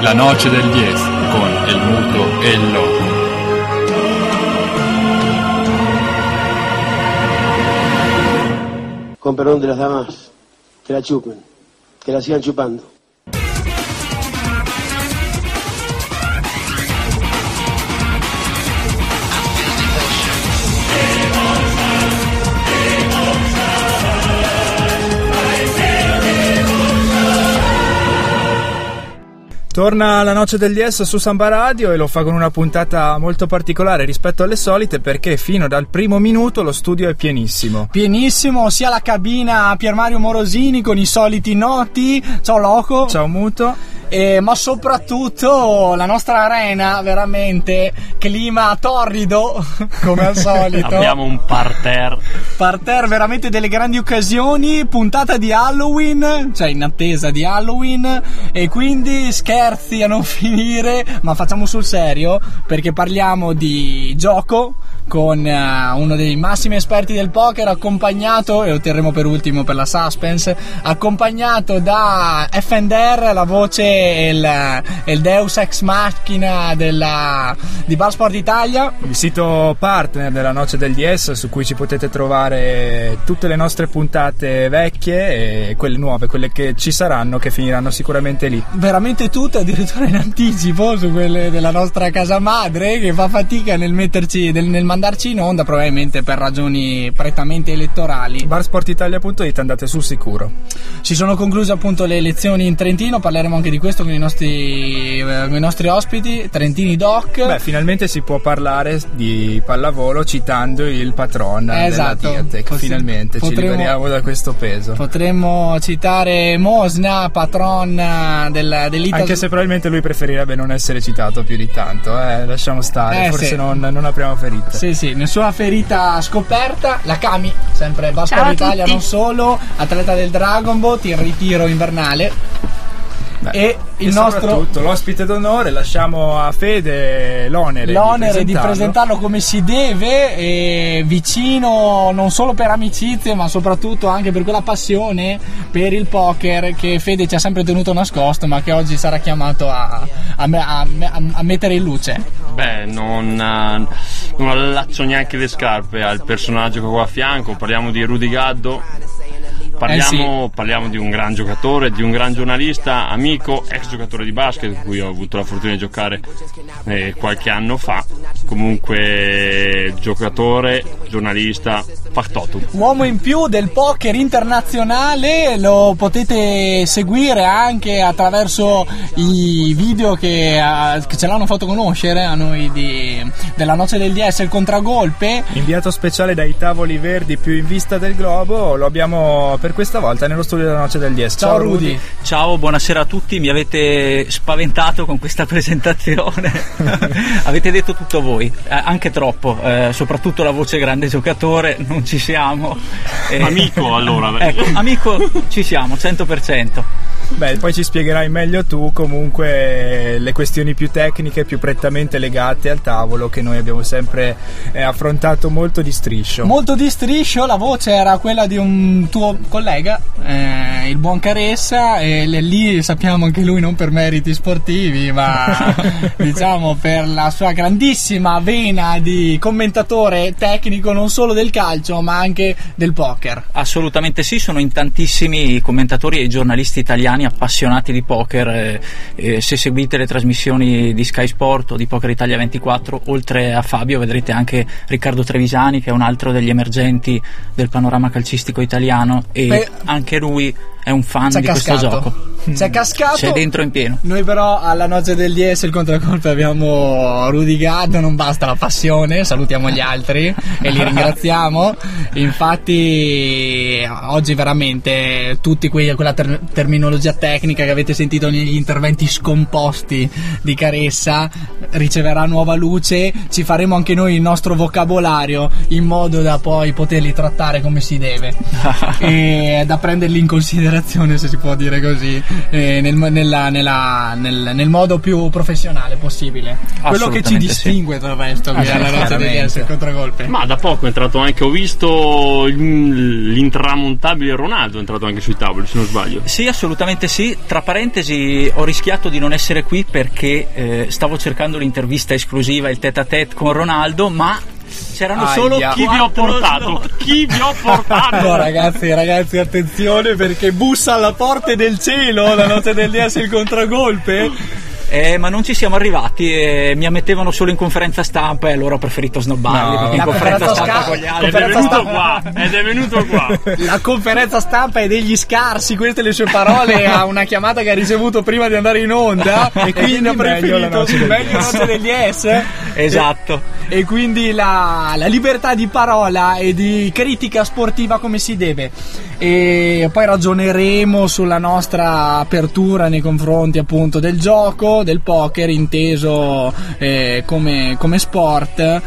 La noche del 10 con el muto e el loco. Con perdón de las damas, que la chupen, que la sigan chupando. Torna la noce del DS su Samba Radio e lo fa con una puntata molto particolare rispetto alle solite, perché fino dal primo minuto lo studio è pienissimo. Pienissimo, sia la cabina Pier Mario Morosini con i soliti noti. Ciao Loco. Ciao Muto. Ma soprattutto la nostra arena, veramente clima torrido come al solito. Abbiamo un parterre veramente delle grandi occasioni, puntata di Halloween, cioè in attesa di Halloween, e quindi scherzi a non finire, ma facciamo sul serio perché parliamo di gioco con uno dei massimi esperti del poker, accompagnato, e lo terremo per ultimo per la suspense, accompagnato da Fender, la voce e il Deus Ex Machina di Bar Sport Italia, il sito partner della Noce del DS, su cui ci potete trovare tutte le nostre puntate vecchie e quelle nuove, quelle che ci saranno, che finiranno sicuramente lì. Veramente tutte, addirittura in anticipo su quelle della nostra casa madre, che fa fatica nel mandarci in onda, probabilmente per ragioni prettamente elettorali. Barsportitalia.it, andate sul sicuro. Si sono concluse appunto le elezioni in Trentino, parleremo anche di questo con i nostri ospiti, Trentini Doc. Beh, finalmente si può parlare di pallavolo citando il patron della Diatec. Finalmente ci liberiamo da questo peso. Potremmo citare Mosna, patron dell'Ital. Anche se probabilmente lui preferirebbe non essere citato più di tanto, lasciamo stare, forse sì. non apriamo ferite. Sì, nessuna ferita scoperta. La Cami, sempre Bar Sport Italia, non solo, atleta del Dragon Boat in ritiro invernale. Beh, e il nostro l'ospite d'onore, lasciamo a Fede l'onere di presentarlo come si deve, e vicino non solo per amicizie ma soprattutto anche per quella passione per il poker che Fede ci ha sempre tenuto nascosto, ma che oggi sarà chiamato a mettere in luce. Beh, non allaccio neanche le scarpe al personaggio che ho qua a fianco. Parliamo di Rudy Gaddo. Parliamo di un gran giocatore, di un gran giornalista, amico, ex giocatore di basket, con cui ho avuto la fortuna di giocare qualche anno fa. Comunque giocatore, giornalista, factotum. Uomo in più del poker internazionale, lo potete seguire anche attraverso i video che ce l'hanno fatto conoscere a noi della Noce del DS, il contragolpe. Inviato speciale dai tavoli verdi più in vista del globo, lo abbiamo per questa volta nello studio della Noce del DS. Ciao Rudy. Ciao, buonasera a tutti. Mi avete spaventato con questa presentazione. Avete detto tutto voi, anche troppo, soprattutto la voce grande giocatore, non ci siamo. Amico, allora. Ecco, amico ci siamo, 100%. Beh, poi ci spiegherai meglio tu comunque le questioni più tecniche, più prettamente legate al tavolo, che noi abbiamo sempre affrontato molto di striscio. La voce era quella di un tuo collega, il buon Caressa, e lì sappiamo anche lui non per meriti sportivi, ma diciamo per la sua grandissima vena di commentatore tecnico, non solo del calcio ma anche del poker. Assolutamente sì, sono in tantissimi i commentatori e i giornalisti italiani appassionati di poker. Se seguite le trasmissioni di Sky Sport o di Poker Italia 24, oltre a Fabio vedrete anche Riccardo Trevisani, che è un altro degli emergenti del panorama calcistico italiano, e anche lui è un fan di questo gioco. C'è cascato, c'è dentro in pieno. Noi però alla Noce del DS, il contragolpe, abbiamo Rudy Gaddo, non basta la passione, salutiamo gli altri e li ringraziamo. Infatti oggi veramente quella terminologia tecnica che avete sentito negli interventi scomposti di Caressa riceverà nuova luce. Ci faremo anche noi il nostro vocabolario in modo da poi poterli trattare come si deve e da prenderli in considerazione, se si può dire così. nel modo più professionale possibile. Quello che ci distingue dal resto della notte degli S contragolpe. Ma da poco è entrato anche, ho visto l'intramontabile Ronaldo è entrato anche sui tavoli, se non sbaglio. Sì, assolutamente sì. Tra parentesi, ho rischiato di non essere qui perché stavo cercando l'intervista esclusiva, il tête-à-tête con Ronaldo, ma c'erano solo chi vi ho portato? Chi vi ho portato? No, ragazzi, attenzione, perché bussa alla porte del cielo la notte del DS il contragolpe. Ma non ci siamo arrivati e mi ammettevano solo in conferenza stampa e allora ho preferito snobbarli, perché in conferenza stampa con gli altri ed è venuto qua. La conferenza stampa è degli scarsi, queste le sue parole a una chiamata che ha ricevuto prima di andare in onda e quindi ha preferito meglio notte degli S. Esatto. E quindi la libertà di parola e di critica sportiva come si deve. E poi ragioneremo sulla nostra apertura nei confronti appunto del gioco, del poker inteso come sport.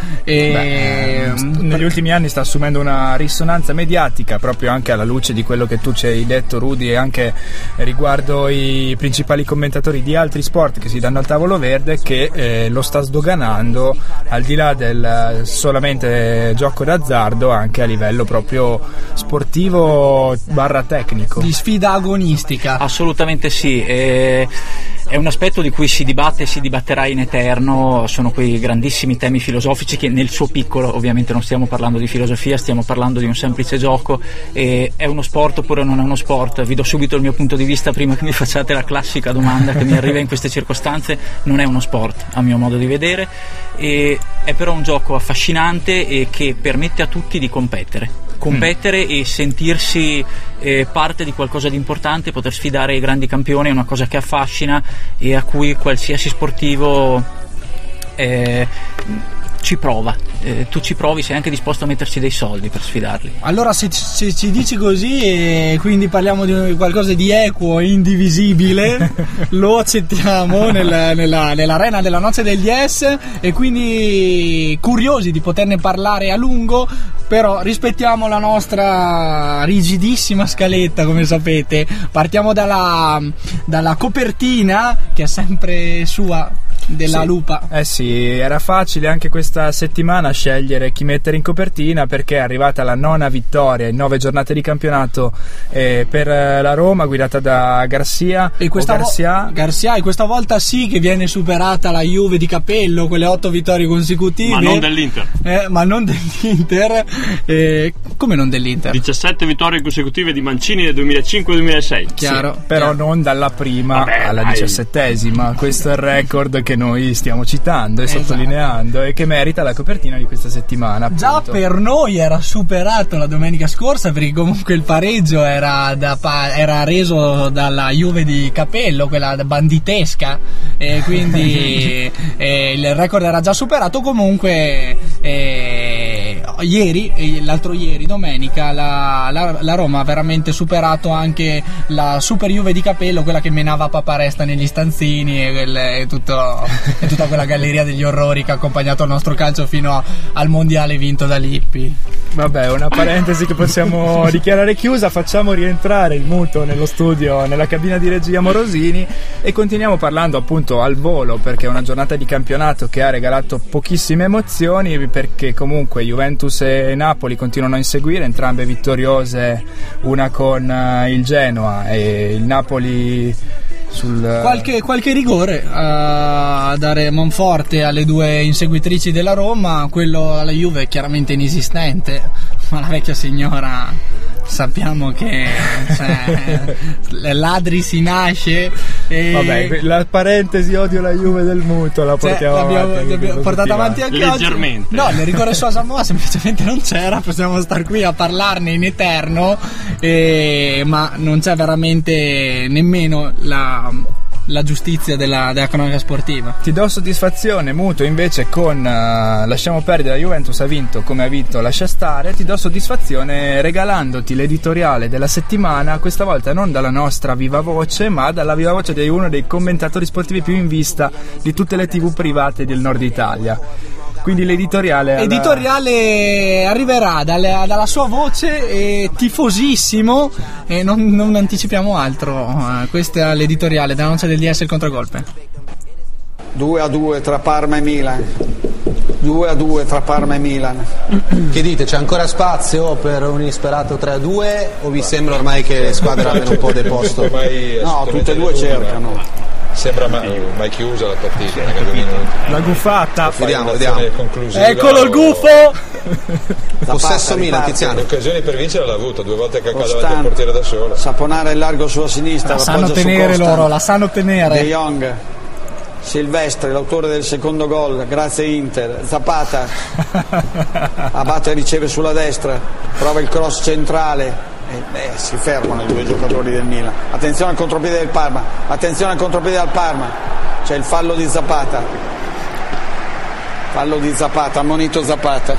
Negli ultimi anni sta assumendo una risonanza mediatica proprio anche alla luce di quello che tu ci hai detto, Rudy, e anche riguardo i principali commentatori di altri sport che si danno al tavolo verde, che lo sta sdoganando al di là del solamente gioco d'azzardo, anche a livello proprio sportivo / tecnico, di sfida agonistica. Assolutamente sì. È un aspetto di cui si dibatte e si dibatterà in eterno, sono quei grandissimi temi filosofici che nel suo piccolo, ovviamente non stiamo parlando di filosofia, stiamo parlando di un semplice gioco. È uno sport oppure non è uno sport? Vi do subito il mio punto di vista prima che mi facciate la classica domanda che mi arriva in queste circostanze. Non è uno sport a mio modo di vedere, è però un gioco affascinante e che permette a tutti di competere e sentirsi parte di qualcosa di importante. Poter sfidare i grandi campioni è una cosa che affascina e a cui qualsiasi sportivo ci prova. Tu ci provi, sei anche disposto a metterci dei soldi per sfidarli. Allora se ci dici così e quindi parliamo di qualcosa di equo e indivisibile lo accettiamo nell'arena della notte degli S, e quindi curiosi di poterne parlare a lungo, però rispettiamo la nostra rigidissima scaletta, come sapete. Partiamo dalla copertina, che è sempre sua, della lupa. Sì, era facile anche questa settimana scegliere chi mettere in copertina, perché è arrivata la 9ª vittoria in 9 giornate di campionato per la Roma, guidata da Garcia. E questa Garcia, e questa volta sì che viene superata la Juve di Capello, quelle 8 vittorie consecutive. Ma non dell'Inter. Come non dell'Inter? 17 vittorie consecutive di Mancini nel 2005-2006. Chiaro. Sì, però non dalla prima alla 17ª. Questo è il record che noi stiamo citando e sottolineando, e che merita la copertina di questa settimana, appunto. Già per noi era superato la domenica scorsa, perché comunque il pareggio era reso dalla Juve di Capello, quella banditesca, e quindi il record era già superato. Comunque l'altro ieri domenica la Roma ha veramente superato anche la super Juve di Capello, quella che menava Paparesta negli stanzini e tutta quella galleria degli orrori che ha accompagnato il nostro calcio fino al mondiale vinto da Lippi. Vabbè, una parentesi che possiamo dichiarare chiusa. Facciamo rientrare il Muto nello studio, nella cabina di regia Morosini, e continuiamo parlando appunto al volo, perché è una giornata di campionato che ha regalato pochissime emozioni, perché comunque Juventus e Napoli continuano a inseguire, entrambe vittoriose, una con il Genoa e il Napoli qualche rigore a dare manforte alle due inseguitrici della Roma. Quello alla Juve è chiaramente inesistente, ma la vecchia signora sappiamo che ladri si nasce vabbè, la parentesi odio la Juve del Muto la portiamo avanti, l'abbiamo portata avanti anche leggermente oggi. No, il rigore su Asamoah semplicemente non c'era, possiamo star qui a parlarne in eterno, ma non c'è veramente nemmeno la giustizia della cronaca sportiva. Ti do soddisfazione, Muto, invece con lasciamo perdere, la Juventus ha vinto come ha vinto, lascia stare. Ti do soddisfazione regalandoti l'editoriale della settimana, questa volta non dalla nostra viva voce, ma dalla viva voce di uno dei commentatori sportivi più in vista di tutte le TV private del nord Italia. Quindi l'editoriale arriverà dalla sua voce, tifosissimo, e non anticipiamo altro. Questa è l'editoriale dell'annuncia del DS il contragolpe. 2-2 tra Parma e Milan. 2-2 tra Parma e Milan. Che dite, c'è ancora spazio per un inesperato 3-2 o vi sembra ormai che le squadre abbiano un po' deposto? No, tutte e due cercano. Sembra mai chiusa la partita, la gufata. Vediamo. Eccolo il gufo. Possesso Milan, Tiziano. Occasioni per vincere l'ha avuto, 2 volte che davanti al portiere da solo. Saponara in largo sulla sinistra, la sanno tenere loro, la sanno tenere. De Jong, Silvestri, l'autore del secondo gol, grazie Inter. Zapata, Abate riceve sulla destra, prova il cross centrale. Si fermano i due giocatori del Milan. Attenzione al contropiede del Parma, c'è il fallo di Zapata, ammonito Zapata.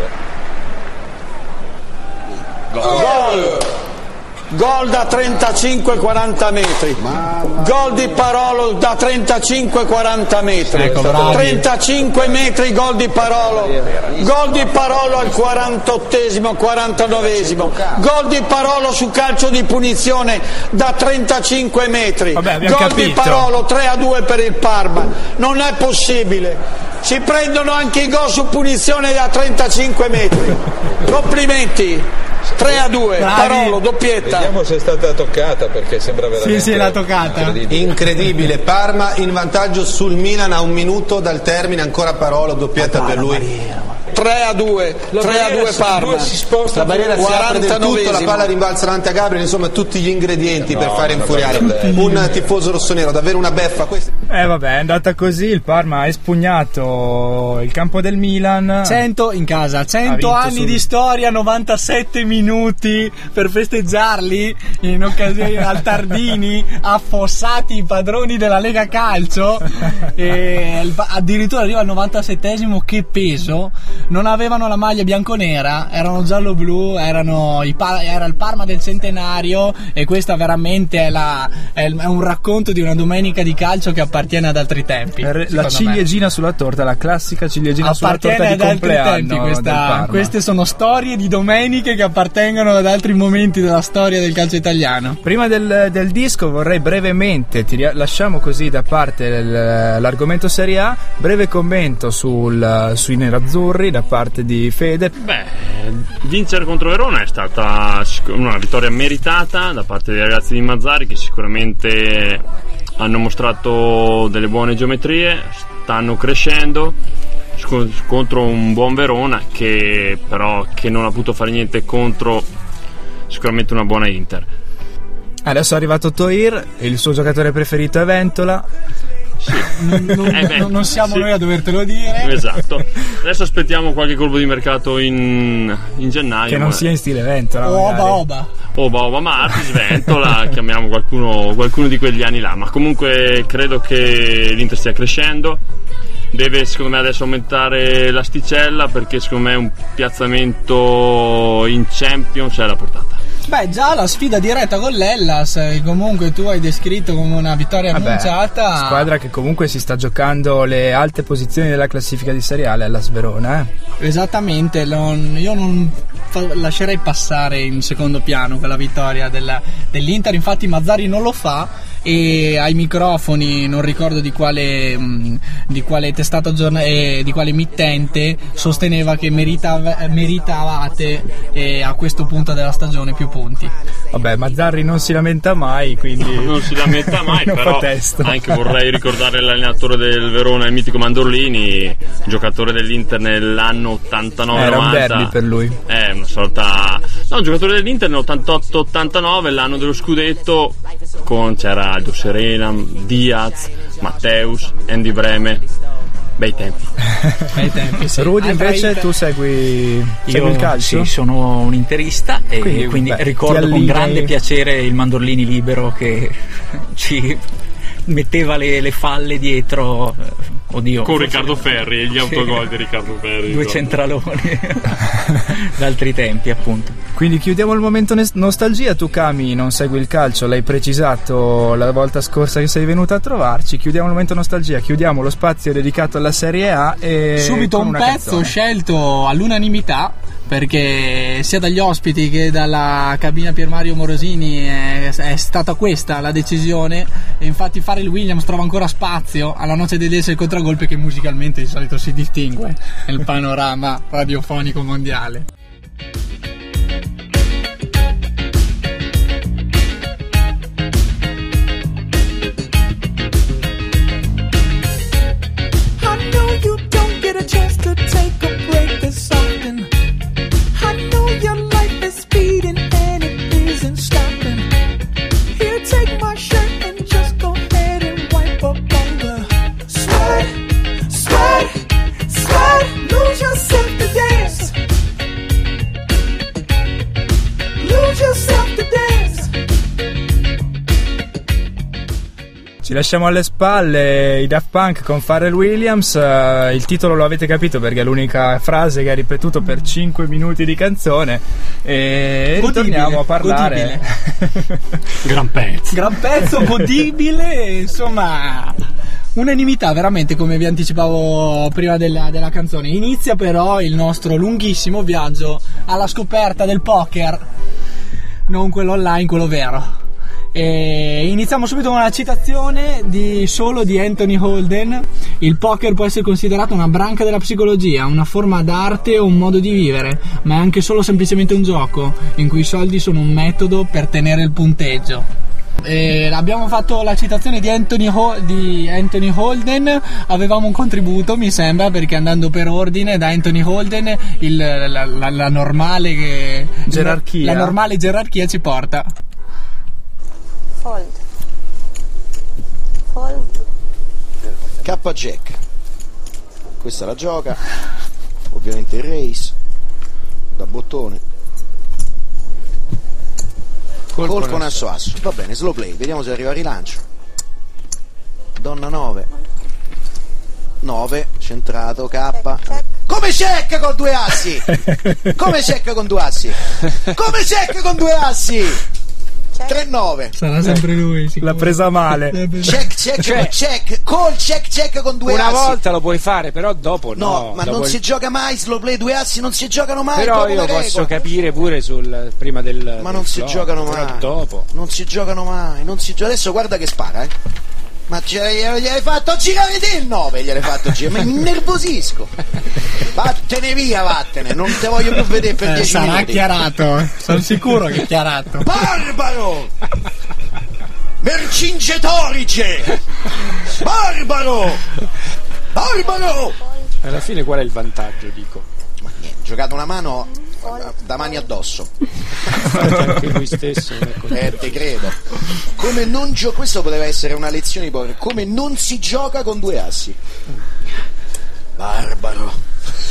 Gol da 35-40 metri. Gol di Parolo da 35-40 metri. 35 metri gol di Parolo. Gol di Parolo al 48esimo, 49esimo. Gol di Parolo su calcio di punizione da 35 metri. Gol di Parolo 3-2 per il Parma. Non è possibile. Si prendono anche i gol su punizione da 35 metri. Complimenti. 3-2, Parolo, doppietta. Vediamo se è stata toccata, perché sembra veramente. Sì, l'ha toccata. Incredibile. Parma in vantaggio sul Milan a 1 minuto dal termine, ancora Parolo, doppietta per lui. 3-2 Parma. Si sposta, la barriera si apre del tutto, la palla rimbalza davanti a Gabriel, insomma tutti gli ingredienti per fare infuriare un tifoso rossonero, davvero una beffa questa. Vabbè, è andata così, il Parma ha espugnato il campo del Milan. 100 in casa, 100 anni di storia, 97 minuti per festeggiarli in occasione al Tardini, affossati i padroni della Lega Calcio, e addirittura arriva al 97esimo, che peso. Non avevano la maglia bianconera, erano giallo-blu, era il Parma del centenario, e questa veramente è un racconto di una domenica di calcio che appartiene ad altri tempi. La ciliegina sulla torta, la classica ciliegina sulla torta di compleanno. Queste sono storie di domeniche che appartengono ad altri momenti della storia del calcio italiano. Prima del disco vorrei brevemente, lasciamo così da parte l'argomento Serie A, breve commento sui nerazzurri da parte di Fede. Vincere contro Verona è stata una vittoria meritata da parte dei ragazzi di Mazzari, che sicuramente hanno mostrato delle buone geometrie, stanno crescendo contro un buon Verona che non ha potuto fare niente contro sicuramente una buona Inter. Adesso è arrivato Toir, il suo giocatore preferito è Ventola. Sì. Non siamo noi a dovertelo dire. Esatto. Adesso aspettiamo qualche colpo di mercato in gennaio, che non sia in stile Ventola, Oba Martis, Ventola, chiamiamo qualcuno di quegli anni là. Ma comunque credo che l'Inter stia crescendo. Deve secondo me adesso aumentare l'asticella, perché secondo me un piazzamento in Champions è la portata. Già la sfida diretta con l'Hellas, comunque tu hai descritto come una vittoria annunciata. Squadra che comunque si sta giocando le alte posizioni della classifica di Serie A, l'Hellas Verona. Esattamente, io non lascerei passare in secondo piano quella vittoria dell'Inter, infatti Mazzari non lo fa, e ai microfoni, non ricordo di quale testata di quale emittente, sosteneva che meritavate a questo punto della stagione più punti. Mazzarri non si lamenta mai, quindi non si lamenta mai, però anche vorrei ricordare l'allenatore del Verona, il mitico Mandorlini, giocatore dell'Inter nell'anno 89-90. Era un derby per lui. Una sorta giocatore dell'Inter nell'88-89, l'anno dello scudetto, c'era Aldo Serena, Diaz, Matteus, Andy Breme. Bei tempi. Sì. Rudy, invece tu segui il calcio? Sì, sono un interista e quindi ricordo con grande piacere il Mandorlini libero che ci metteva le falle dietro Oddio, con Riccardo Ferri e gli autogol di Riccardo Ferri. 2 centraloni d'altri tempi, appunto. Quindi chiudiamo il momento nostalgia. Tu, Cami, non segui il calcio, l'hai precisato la volta scorsa che sei venuta a trovarci. Chiudiamo il momento nostalgia, chiudiamo lo spazio dedicato alla Serie A e subito un pezzo canzone scelto all'unanimità, perché sia dagli ospiti che dalla cabina Pier Mario Morosini è stata questa la decisione, e infatti Pharrell Williams trova ancora spazio alla noce dei Dance del contragolpe, che musicalmente di solito si distingue nel panorama radiofonico mondiale. Ci lasciamo alle spalle i Daft Punk con Pharrell Williams. Il titolo lo avete capito perché è l'unica frase che ha ripetuto per 5 minuti di canzone. E torniamo a parlare. Gran pezzo, godibile, insomma. Unanimità veramente, come vi anticipavo prima della canzone. Inizia però il nostro lunghissimo viaggio alla scoperta del poker, non quello online, quello vero. E iniziamo subito con una citazione di Anthony Holden. Il poker può essere considerato una branca della psicologia, una forma d'arte o un modo di vivere, ma è anche solo semplicemente un gioco in cui i soldi sono un metodo per tenere il punteggio. Abbiamo fatto la citazione di Anthony Holden. Avevamo un contributo, mi sembra, perché andando per ordine, da Anthony Holden la normale gerarchia ci porta Fold. K-Jack. Questa la gioca. Ovviamente il race. Da bottone. Col con asso. Va bene, slow play. Vediamo se arriva il rilancio. Donna 9. Centrato, K. Come check con 2 assi? Come check con 2 assi? 3-9. Sarà sempre lui, l'ha presa male. Check con 2 assi. Una volta lo puoi fare, però dopo no. Ma non si gioca mai slow play 2 assi, non si giocano mai. Però io posso capire pure prima del. Ma non si giocano mai. Dopo. Non si giocano mai. Adesso guarda che spara, Ma gli hai fatto girare te il 9, gliel'hai fatto girare, mi innervosisco. Vattene via, non te voglio più vedere per 10 minuti. Sarà chiarato, sono sicuro che è chiarato. Barbaro! Vercingetorice! Barbaro! Alla fine qual è il vantaggio, dico? Ma niente, giocato una mano da mani addosso. Anche lui stesso. Te credo. Come non questo poteva essere una lezione di poker. Come non si gioca con 2 assi. Barbaro.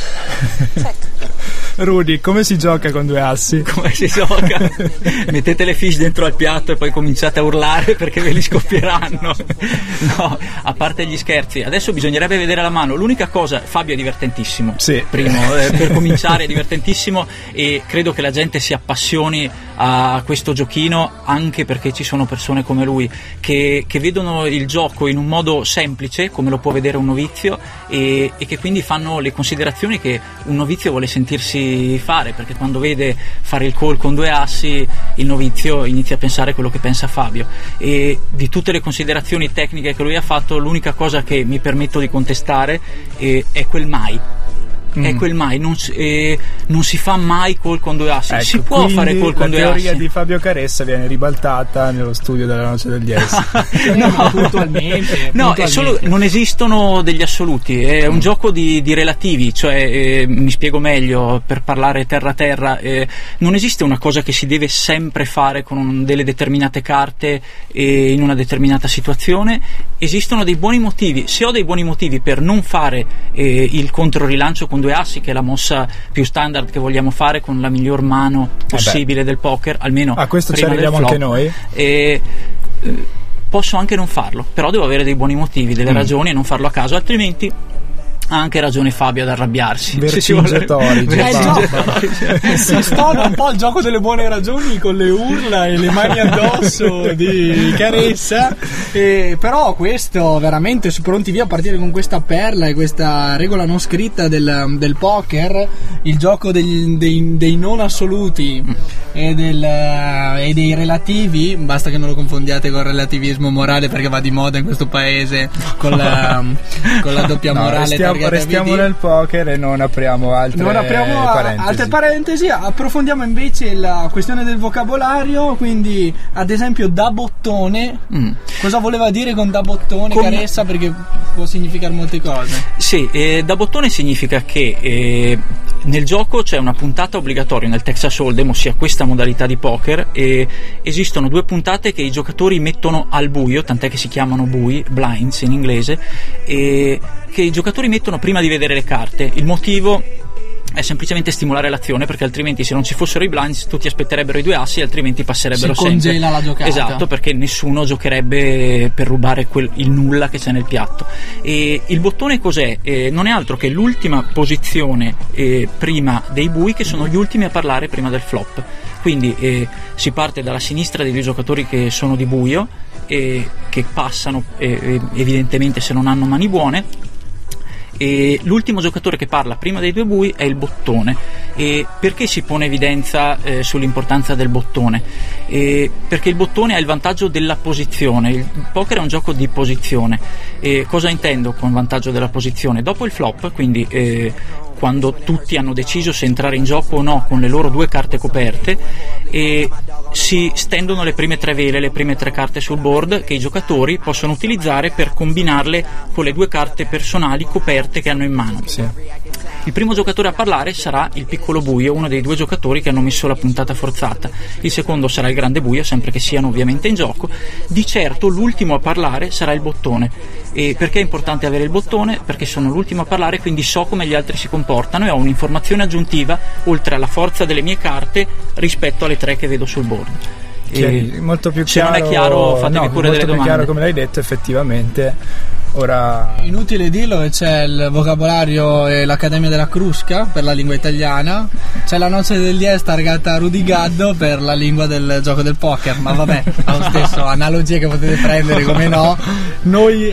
Rudy, come si gioca con 2 assi? Come si gioca? Mettete le fish dentro al piatto e poi cominciate a urlare perché ve li scoppieranno. No, a parte gli scherzi, adesso bisognerebbe vedere la mano. L'unica cosa, Fabio è divertentissimo. Sì. Primo, per cominciare è divertentissimo, e credo che la gente si appassioni a questo giochino anche perché ci sono persone come lui che vedono il gioco in un modo semplice, come lo può vedere un novizio, e che quindi fanno le considerazioni che un novizio vuole sentirsi fare, perché quando vede fare il call con 2 assi il novizio inizia a pensare quello che pensa Fabio. E di tutte le considerazioni tecniche che lui ha fatto, l'unica cosa che mi permetto di contestare è quel mai. È quel mai, non si fa mai call con 2 assi. Si può fare call con 2 assi. La teoria di Fabio Caressa viene ribaltata nello studio della Noce del 10. No, puntualmente. È solo, non esistono degli assoluti, è un gioco di relativi, cioè mi spiego meglio per parlare terra a terra. Non esiste una cosa che si deve sempre fare con delle determinate carte e in una determinata situazione. Esistono dei buoni motivi. Se ho dei buoni motivi per non fare il controrilancio con 2 assi, che è la mossa più standard che vogliamo fare con la miglior mano possibile del poker, almeno a questo ci prima arriviamo del flop, anche noi. posso anche non farlo, però devo avere dei buoni motivi, delle ragioni e non farlo a caso, altrimenti ha anche ragione Fabio ad arrabbiarsi. Vercingetori, si stona un po' il gioco delle buone ragioni con le urla e le mani addosso di Caressa, però questo veramente su Pronti Via, a partire con questa perla e questa regola non scritta del poker, il gioco dei non assoluti e dei relativi, basta che non lo confondiate con il relativismo morale perché va di moda in questo paese con la doppia morale. Restiamo nel poker e non apriamo altre parentesi. Approfondiamo invece la questione del vocabolario, quindi ad esempio da bottone. Cosa voleva dire con da bottone, Caressa, perché può significare molte cose. Sì, da bottone significa che nel gioco c'è una puntata obbligatoria nel Texas Hold'em, ossia questa modalità di poker, e esistono 2 puntate che i giocatori mettono al buio, tant'è che si chiamano blinds in inglese, e che i giocatori mettono prima di vedere le carte. Il motivo è semplicemente stimolare l'azione, perché altrimenti se non ci fossero i blinds tutti aspetterebbero i 2 assi, altrimenti passerebbero sempre. Si congela la giocata. Esatto, perché nessuno giocherebbe per rubare il nulla che c'è nel piatto. E il bottone cos'è? Non è altro che l'ultima posizione prima dei bui, che sono gli ultimi a parlare prima del flop. Quindi si parte dalla sinistra dei 2 giocatori che sono di buio e che passano evidentemente se non hanno mani buone, e l'ultimo giocatore che parla prima dei 2 bui è il bottone. E perché si pone evidenza sull'importanza del bottone? Perché il bottone ha il vantaggio della posizione. Il poker è un gioco di posizione. E cosa intendo con vantaggio della posizione? Dopo il flop, quindi quando tutti hanno deciso se entrare in gioco o no con le loro 2 carte coperte, e si stendono le prime 3 vele, le prime 3 carte sul board, che i giocatori possono utilizzare per combinarle con le 2 carte personali coperte che hanno in mano. Sì. Il primo giocatore a parlare sarà il piccolo buio, uno dei 2 giocatori che hanno messo la puntata forzata. Il secondo sarà il grande buio, sempre che siano ovviamente in gioco. Di certo l'ultimo a parlare sarà il bottone. E perché è importante avere il bottone? Perché sono l'ultimo a parlare, quindi so come gli altri si comportano e ho un'informazione aggiuntiva oltre alla forza delle mie carte rispetto alle 3 che vedo sul board. Molto più chiaro. Se non è chiaro, fatemi pure delle domande. Molto più chiaro, come l'hai detto, effettivamente. Ora, inutile dirlo che c'è il vocabolario e l'Accademia della Crusca per la lingua italiana, c'è la noce del dies targata a Rudy Gaddo per la lingua del gioco del poker, ma vabbè, ha lo stesso, analogie che potete prendere come no. Noi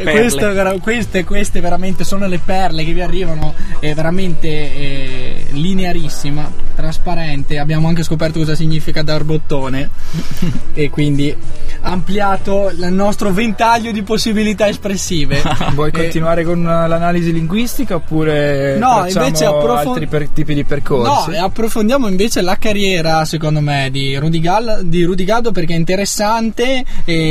queste veramente sono le perle che vi arrivano, è veramente linearissima, trasparente. Abbiamo anche scoperto cosa significa dar bottone e quindi ampliato il nostro ventaglio di possibilità espressive. Vuoi continuare con l'analisi linguistica oppure invece altri tipi di percorsi? No, approfondiamo invece la carriera, secondo me, di Rudy Gaddo, perché è interessante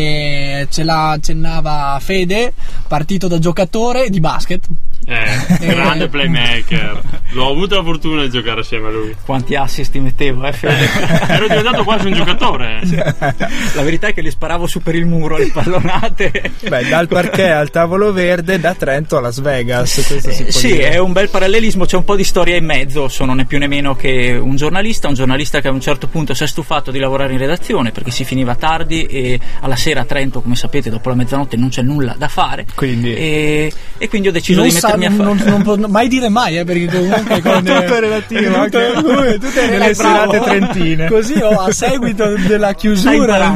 e ce la accennava Fede, partito da giocatore di basket. Grande playmaker. L'ho avuto la fortuna di giocare assieme a lui. Quanti assist ti mettevo, Fede? Ero diventato quasi un giocatore. La verità è che li sparavo su per il muro le pallonate. Dal parquet al tavolo verde, da Trento a Las Vegas, questo si può dire. È un bel parallelismo, c'è un po' di storia in mezzo. Sono né più né meno che un giornalista che a un certo punto si è stufato di lavorare in redazione perché si finiva tardi e alla sera a Trento, come sapete, dopo la mezzanotte non c'è nulla da fare, quindi e quindi ho deciso di mettermi a fare. Non può mai dire mai, perché comunque tutto è relativo, tutte nelle serate trentine. Così a seguito della chiusura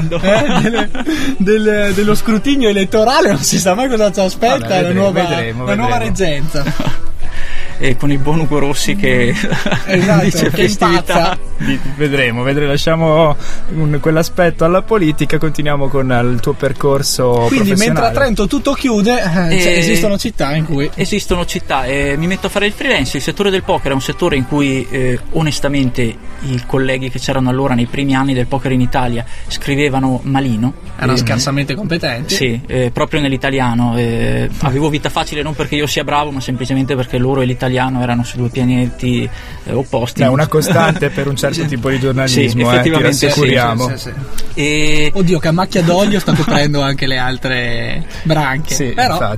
dello scrutinio elettorale non si sa mai cosa ci aspetta. Vedremo. La nuova reggenza. E con il buon Ugo Rossi che dice festività. Vedremo, lasciamo quell'aspetto alla politica, continuiamo con il tuo percorso quindi professionale. Mentre a Trento tutto chiude, esistono città in cui mi metto a fare il freelance. Il settore del poker è un settore in cui onestamente i colleghi che c'erano allora nei primi anni del poker in Italia scrivevano malino, erano scarsamente competenti, proprio nell'italiano. Avevo vita facile non perché io sia bravo, ma semplicemente perché loro e l'italiano erano su 2 pianeti opposti. È una costante per un certo tipo di giornalismo, effettivamente ti rassicuriamo. Oddio, che a macchia d'olio sta coprendo anche le altre branche. Però, infatti.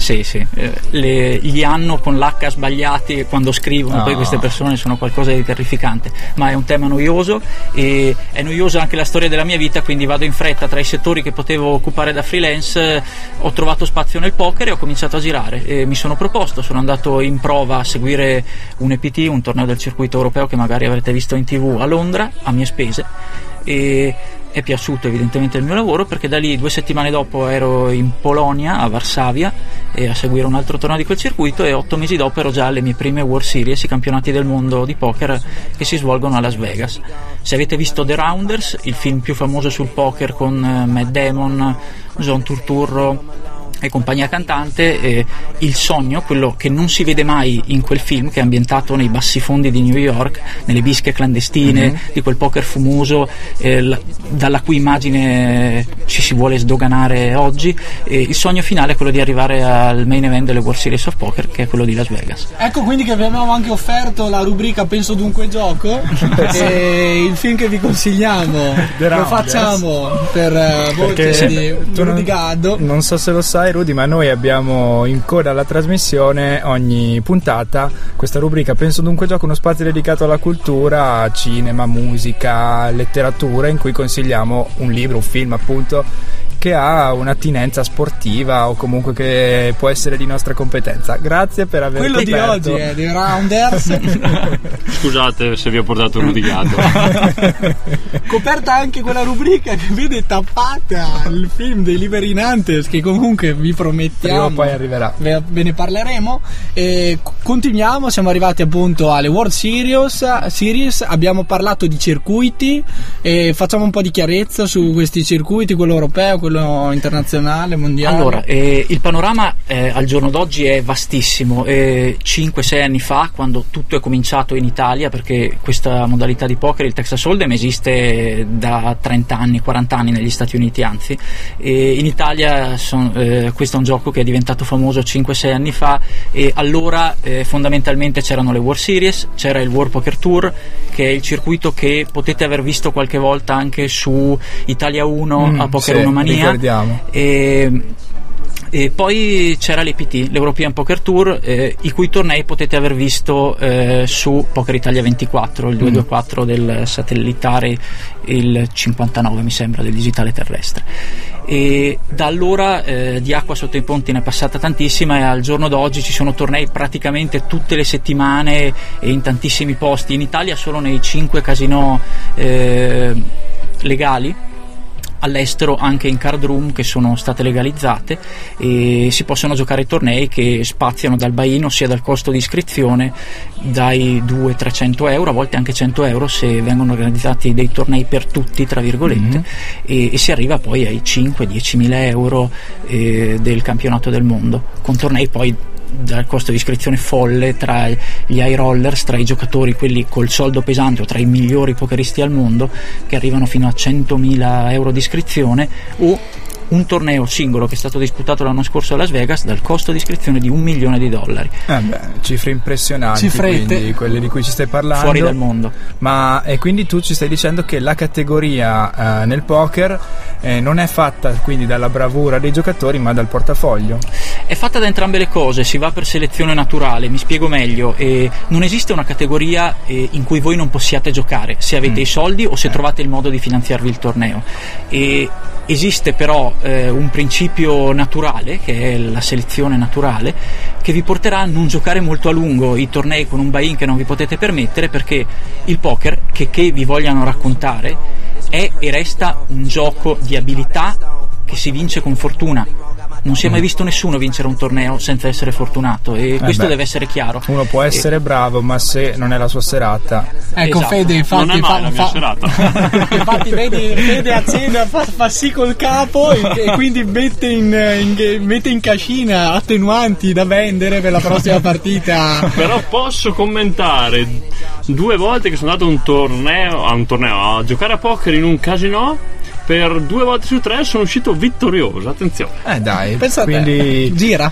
Sì, gli hanno con l'H sbagliati quando scrivono, poi queste persone sono qualcosa di terrificante, ma è un tema noioso e è noiosa anche la storia della mia vita, quindi vado in fretta. Tra i settori che potevo occupare da freelance ho trovato spazio nel poker e ho cominciato a girare e mi sono proposto, sono andato in prova a seguire un EPT, un torneo del circuito europeo che magari avrete visto in TV a Londra a mie spese, e è piaciuto evidentemente il mio lavoro, perché da lì 2 settimane dopo ero in Polonia, a Varsavia, e a seguire un altro torneo di quel circuito, e 8 mesi dopo ero già alle mie prime World Series, i campionati del mondo di poker che si svolgono a Las Vegas. Se avete visto The Rounders, il film più famoso sul poker con Matt Damon, John Turturro e compagnia cantante, il sogno, quello che non si vede mai in quel film, che è ambientato nei bassifondi di New York, nelle bische clandestine di quel poker fumoso, dalla cui immagine ci si vuole sdoganare oggi, il sogno finale è quello di arrivare al main event delle World Series of Poker, che è quello di Las Vegas. Ecco quindi che vi abbiamo anche offerto la rubrica Penso Dunque Gioco, e il film che vi consigliamo lo facciamo per voce di Rudy Gaddo. Non so se lo sai, Rudy, ma noi abbiamo in coda alla trasmissione ogni puntata questa rubrica Penso Dunque Gioco, uno spazio dedicato alla cultura, cinema, musica, letteratura, in cui consigliamo un libro, un film appunto, che ha un'attinenza sportiva o comunque che può essere di nostra competenza. Grazie per aver quello coperto. Di oggi è The Rounders. Scusate se vi ho portato Rudy Gaddo. Coperta anche quella rubrica che vede tappata il film dei Liberinantes, che comunque vi promettiamo prima o poi arriverà. Ve ne parleremo. E continuiamo, siamo arrivati appunto alle World Series. Abbiamo parlato di circuiti e facciamo un po' di chiarezza su questi circuiti, quello europeo, quello internazionale, mondiale. Allora, il panorama al giorno d'oggi è vastissimo. 5-6 anni fa, quando tutto è cominciato in Italia, perché questa modalità di poker, il Texas Hold'em, esiste da 30 anni, 40 anni negli Stati Uniti, anzi, in Italia questo è un gioco che è diventato famoso 5-6 anni fa, e allora fondamentalmente c'erano le World Series, c'era il World Poker Tour, che è il circuito che potete aver visto qualche volta anche su Italia 1 a Poker 1 Mania. Ricordiamo. E poi c'era l'EPT, l'European Poker Tour, i cui tornei potete aver visto su Poker Italia 24, il 224 del satellitare, il 59 mi sembra del digitale terrestre. E da allora di acqua sotto i ponti ne è passata tantissima, e al giorno d'oggi ci sono tornei praticamente tutte le settimane e in tantissimi posti. In Italia solo nei 5 casinò legali, all'estero anche in card room che sono state legalizzate, e si possono giocare tornei che spaziano dal buy-in, ossia dal costo di iscrizione, dai 200-300 euro, a volte anche 100 euro se vengono organizzati dei tornei per tutti, tra virgolette, e si arriva poi ai 5-10 mila euro del campionato del mondo, con tornei poi dal costo di iscrizione folle tra gli high rollers, tra i giocatori, quelli col soldo pesante o tra i migliori pokeristi al mondo, che arrivano fino a 100.000 euro di iscrizione, o un torneo singolo che è stato disputato l'anno scorso a Las Vegas dal costo di iscrizione di $1 milione. Cifre impressionanti, quindi quelle di cui ci stai parlando, fuori dal mondo. Ma e quindi tu ci stai dicendo che la categoria nel poker non è fatta quindi dalla bravura dei giocatori, ma dal portafoglio? È fatta da entrambe le cose, si va per selezione naturale. Mi spiego meglio, non esiste una categoria in cui voi non possiate giocare se avete i soldi o se trovate il modo di finanziarvi il torneo. Esiste però un principio naturale, che è la selezione naturale, che vi porterà a non giocare molto a lungo i tornei con un buy-in che non vi potete permettere, perché il poker, che vi vogliano raccontare, è e resta un gioco di abilità che si vince con fortuna. Non si è mai visto nessuno vincere un torneo senza essere fortunato, e questo deve essere chiaro. Uno può essere bravo, ma se non è la sua serata. Ecco, esatto. Fede, infatti, non è mai la mia serata. Infatti vedi, Fede accende, fa sì col capo e quindi mette in cascina attenuanti da vendere per la prossima partita. Però posso commentare 2 volte che sono andato a giocare a poker in un casino. Per 2 volte su 3 sono uscito vittorioso, attenzione. Dai, pensa quindi gira.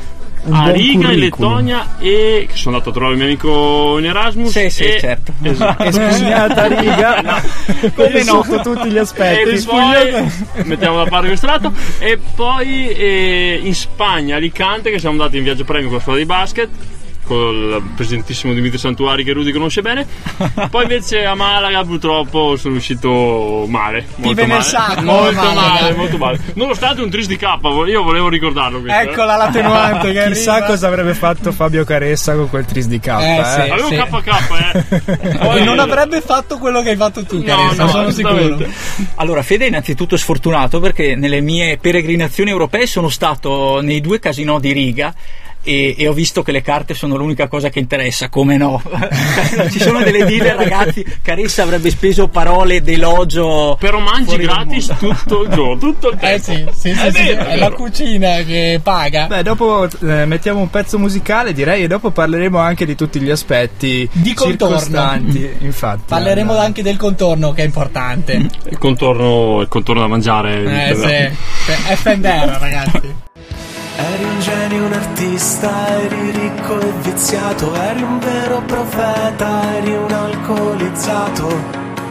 a Riga in Lettonia, e che sono andato a trovare il mio amico in Erasmus. Sì, certo. Espugnata a Riga, come no, sotto tutti gli aspetti. E poi mettiamo da parte questo lato. E poi in Spagna, Alicante, che siamo andati in viaggio premio con la squadra di basket, col presentissimo Dimitri Santuari che Rudy conosce bene. Poi invece a Malaga purtroppo sono uscito male, molto male. Nonostante un tris di K, io volevo ricordarlo questo, eccola l'attenuante che chissà arriva. cosa avrebbe fatto Fabio Caressa con quel tris di K. Avevo KK Poi... E non avrebbe fatto quello che hai fatto tu, Caressa, sono sicuro. Allora, Fede è innanzitutto sfortunato, perché nelle mie peregrinazioni europee sono stato nei 2 casinò di Riga e ho visto che le carte sono l'unica cosa che interessa, come no. Ci sono delle dealer, ragazzi. Caressa avrebbe speso parole d'elogio, però mangi gratis tutto il giorno, tutto il tempo. Sì, è la cucina che paga. Beh, dopo mettiamo un pezzo musicale, direi, e dopo parleremo anche di tutti gli aspetti di contorno. Infatti parleremo anche del contorno, che è importante. Il contorno da mangiare. Sì. F&R, ragazzi. Eri un genio, un artista, eri ricco e viziato, eri un vero profeta, eri un alcolizzato.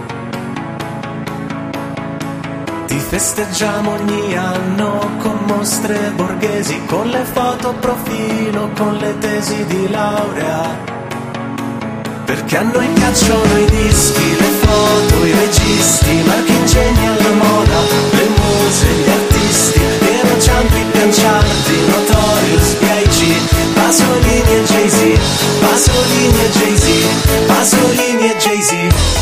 Ti festeggiamo ogni anno con mostre borghesi, con le foto profilo, con le tesi di laurea. Perché a noi piacciono i dischi, le foto, i registi, marchingegni alla moda, le muse, gli artisti, eroncianti, piancianti, Notorious, B.I.G, Pasolini e Jay-Z, Pasolini e Jay-Z, Pasolini e Jay-Z.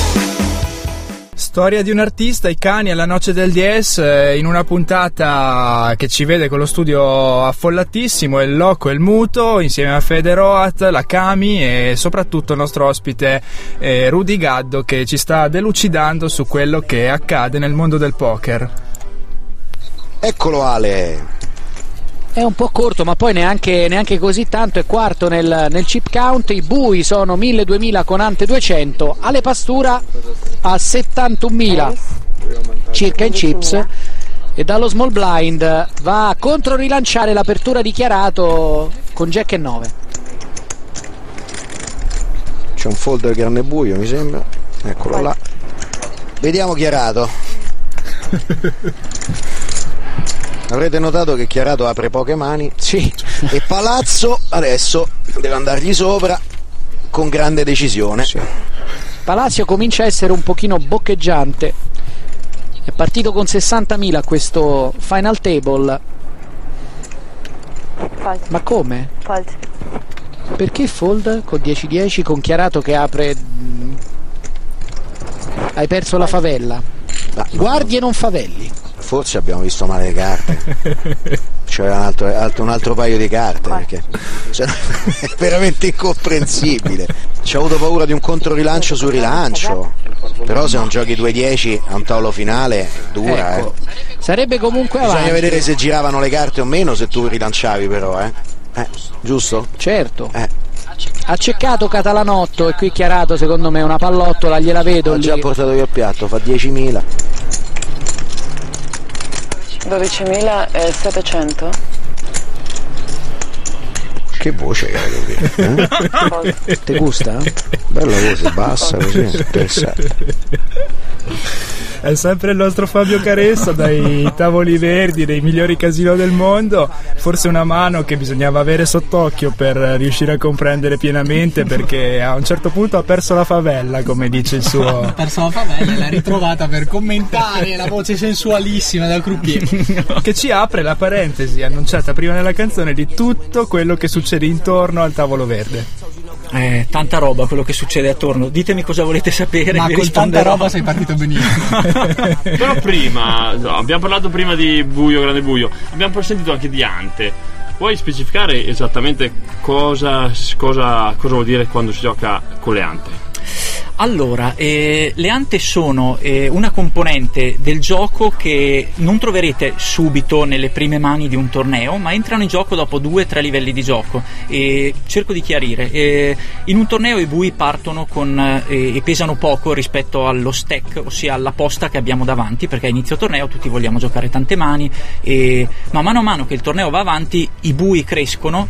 Storia di un artista, i cani alla noce del DS, in una puntata che ci vede con lo studio affollatissimo, il Loco e il Muto, insieme a Fede Roat, la Cami e soprattutto il nostro ospite Rudy Gaddo, che ci sta delucidando su quello che accade nel mondo del poker. Eccolo Ale! È un po' corto, ma poi neanche così tanto. È quarto nel chip count. I bui sono 1000-2000 con ante 200. Ale Pastura a 71.000 circa in chips, e dallo small blind va a controrilanciare l'apertura dichiarato con Jack e 9. C'è un folder grande buio, mi sembra. Eccolo là. Vediamo chiarato. Avrete notato che Chiarato apre poche mani? Sì. E Palazzo adesso deve andargli sopra con grande decisione. Sì. Palazzo comincia a essere un pochino boccheggiante. È partito con 60.000 a questo final table. Fold. Ma come? Fold. Perché fold con 10-10 con Chiarato che apre? Hai perso la favella. Guardi e non favelli. Forse abbiamo visto male le carte. C'era un altro paio di carte, perché è veramente incomprensibile. Ci ho avuto paura di un controrilancio sul rilancio, però se non giochi 2-10 a un tavolo finale dura, ecco. Sarebbe comunque bisogna avanti. vedere se giravano le carte o meno, se tu rilanciavi però, giusto? Certo. Ha ceccato Catalanotto, e qui Chiarato secondo me una pallottola gliela vedo. Ha lì. già portato via il piatto, fa 10.000. 12.700. Che voce hai? Ti gusta? Bella voce, bassa così, interessante. È sempre il nostro Fabio Caressa dai tavoli verdi, dei migliori casinò del mondo. Forse una mano che bisognava avere sott'occhio per riuscire a comprendere pienamente, perché a un certo punto ha perso la favella, come dice il suo. Ha perso la favella e l'ha ritrovata per commentare la voce sensualissima del croupier, che ci apre la parentesi annunciata prima nella canzone di tutto quello che succede intorno al tavolo verde. Tanta roba quello che succede attorno. Ditemi cosa volete sapere. Ma con tanta roba sei partito benissimo. Però prima abbiamo parlato prima di buio, grande buio, abbiamo sentito anche di ante. Puoi specificare esattamente cosa vuol dire quando si gioca con le ante? Allora, le ante sono una componente del gioco che non troverete subito nelle prime mani di un torneo, ma entrano in gioco dopo 2-3 livelli di gioco. Cerco di chiarire. In un torneo i bui partono e pesano poco rispetto allo stack, ossia alla posta che abbiamo davanti, perché a inizio torneo tutti vogliamo giocare tante mani, ma mano a mano che il torneo va avanti i bui crescono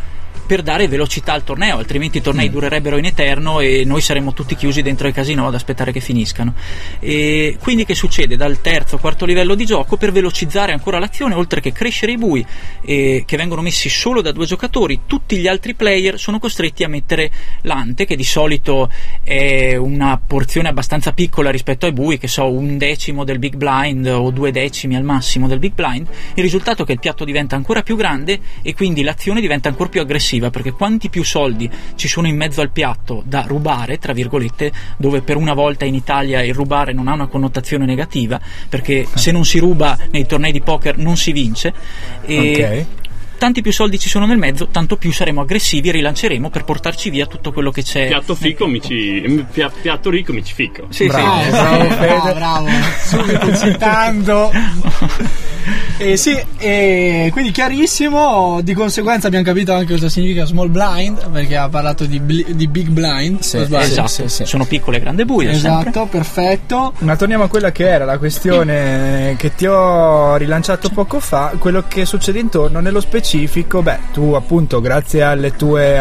per dare velocità al torneo, altrimenti i tornei durerebbero in eterno e noi saremmo tutti chiusi dentro i casinò ad aspettare che finiscano. E quindi che succede? Dal terzo, quarto livello di gioco, per velocizzare ancora l'azione, oltre che crescere i bui che vengono messi solo da 2 giocatori, tutti gli altri player sono costretti a mettere l'ante, che di solito è una porzione abbastanza piccola rispetto ai bui, che so, 1/10 del big blind o 2/10 al massimo del big blind. Il risultato è che il piatto diventa ancora più grande e quindi l'azione diventa ancora più aggressiva, perché quanti più soldi ci sono in mezzo al piatto da rubare, tra virgolette, dove per una volta in Italia il rubare non ha una connotazione negativa, perché se non si ruba nei tornei di poker non si vince, e tanti più soldi ci sono nel mezzo, tanto più saremo aggressivi e rilanceremo per portarci via tutto quello che c'è. Piatto ricco mi ci ficco. Sì, bravo. Subito citando. Quindi chiarissimo. Di conseguenza abbiamo capito anche cosa significa small blind, perché ha parlato di big blind. Esatto. Sono piccole e grandi buie. Esatto, sempre. Perfetto. Ma torniamo a quella che era la questione che ti ho rilanciato poco fa, quello che succede intorno nello specifico. Tu appunto, grazie alle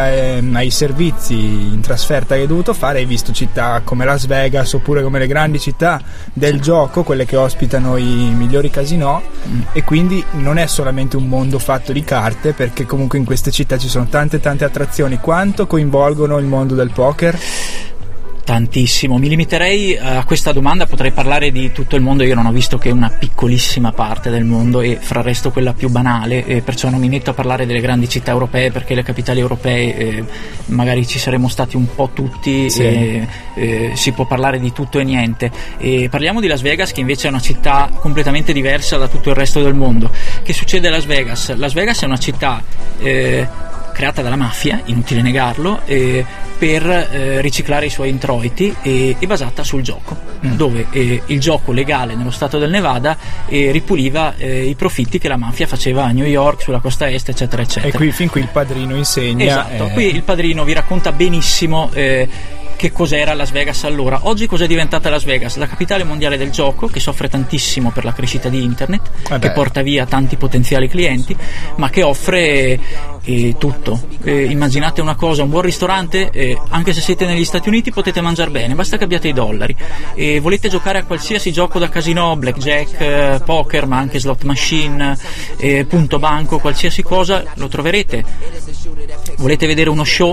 ai servizi in trasferta che hai dovuto fare, hai visto città come Las Vegas, oppure come le grandi città del gioco, quelle che ospitano i migliori casinò, e quindi non è solamente un mondo fatto di carte, perché comunque in queste città ci sono tante attrazioni. Quanto coinvolgono il mondo del poker? Tantissimo. Mi limiterei a questa domanda, potrei parlare di tutto il mondo. Io non ho visto che una piccolissima parte del mondo, e fra il resto quella più banale, e perciò non mi metto a parlare delle grandi città europee, perché le capitali europee magari ci saremmo stati un po' tutti, si può parlare di tutto e niente. Parliamo di Las Vegas, che invece è una città completamente diversa da tutto il resto del mondo. Che succede a Las Vegas? Las Vegas è una città creata dalla mafia, inutile negarlo, per riciclare i suoi introiti, e basata sul gioco, dove il gioco legale nello stato del Nevada ripuliva i profitti che la mafia faceva a New York, sulla costa est, eccetera eccetera. E fin qui il padrino insegna. Esatto, qui il padrino vi racconta benissimo che cos'era Las Vegas allora. Oggi cos'è diventata Las Vegas? La capitale mondiale del gioco, che soffre tantissimo per la crescita di internet, che porta via tanti potenziali clienti, ma che offre tutto. Immaginate una cosa, un buon ristorante, anche se siete negli Stati Uniti potete mangiare bene, basta che abbiate i dollari. Volete giocare a qualsiasi gioco da casino, blackjack, poker, ma anche slot machine, punto banco, qualsiasi cosa lo troverete. Volete vedere uno show?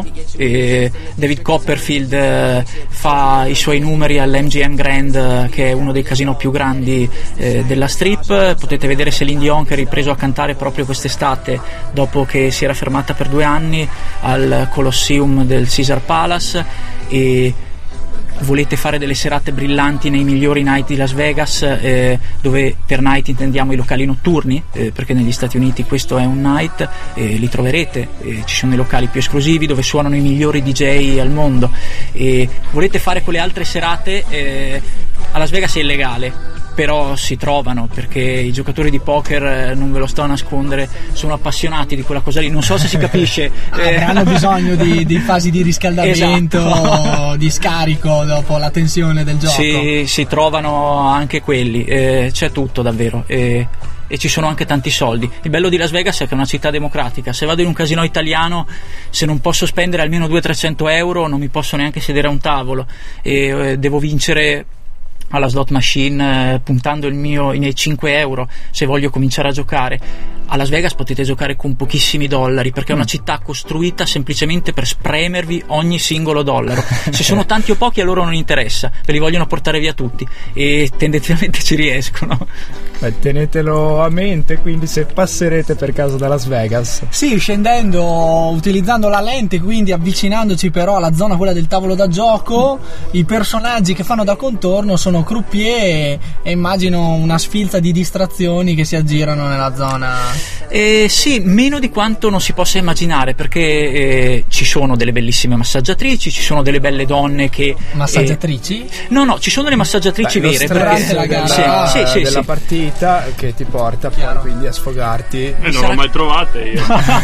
David Copperfield fa i suoi numeri all'MGM Grand, che è uno dei casino più grandi della strip. Potete vedere Celine Dion, che ha ripreso a cantare proprio quest'estate, dopo che si era fermata per 2 anni al Colosseum del Caesar Palace. E volete fare delle serate brillanti nei migliori night di Las Vegas, dove per night intendiamo i locali notturni, perché negli Stati Uniti questo è un night, li troverete, ci sono i locali più esclusivi dove suonano i migliori DJ al mondo. Volete fare quelle altre serate, a Las Vegas è illegale, però si trovano, perché i giocatori di poker, non ve lo sto a nascondere, sono appassionati di quella cosa lì. Non so se si capisce. Hanno bisogno di fasi di riscaldamento, esatto, di scarico dopo la tensione del gioco. Si trovano anche quelli, c'è tutto davvero. E ci sono anche tanti soldi. Il bello di Las Vegas è che è una città democratica. Se vado in un casino italiano, se non posso spendere almeno 200-300 euro, non mi posso neanche sedere a un tavolo, e devo vincere alla slot machine puntando i miei 5 euro se voglio cominciare a giocare. A Las Vegas potete giocare con pochissimi dollari, perché è una città costruita semplicemente per spremervi ogni singolo dollaro. Se sono tanti o pochi a loro non interessa, ve li vogliono portare via tutti, e tendenzialmente ci riescono. Tenetelo a mente, quindi, se passerete per caso da Las Vegas. Sì, scendendo, utilizzando la lente, quindi avvicinandoci però alla zona quella del tavolo da gioco, i personaggi che fanno da contorno sono croupier, e immagino una sfilza di distrazioni che si aggirano nella zona. Sì, meno di quanto non si possa immaginare, perché ci sono delle bellissime massaggiatrici, ci sono delle belle donne che... Massaggiatrici? No, ci sono delle massaggiatrici vere, perché della partita che ti porta poi quindi a sfogarti. Non l'ho mai trovate io.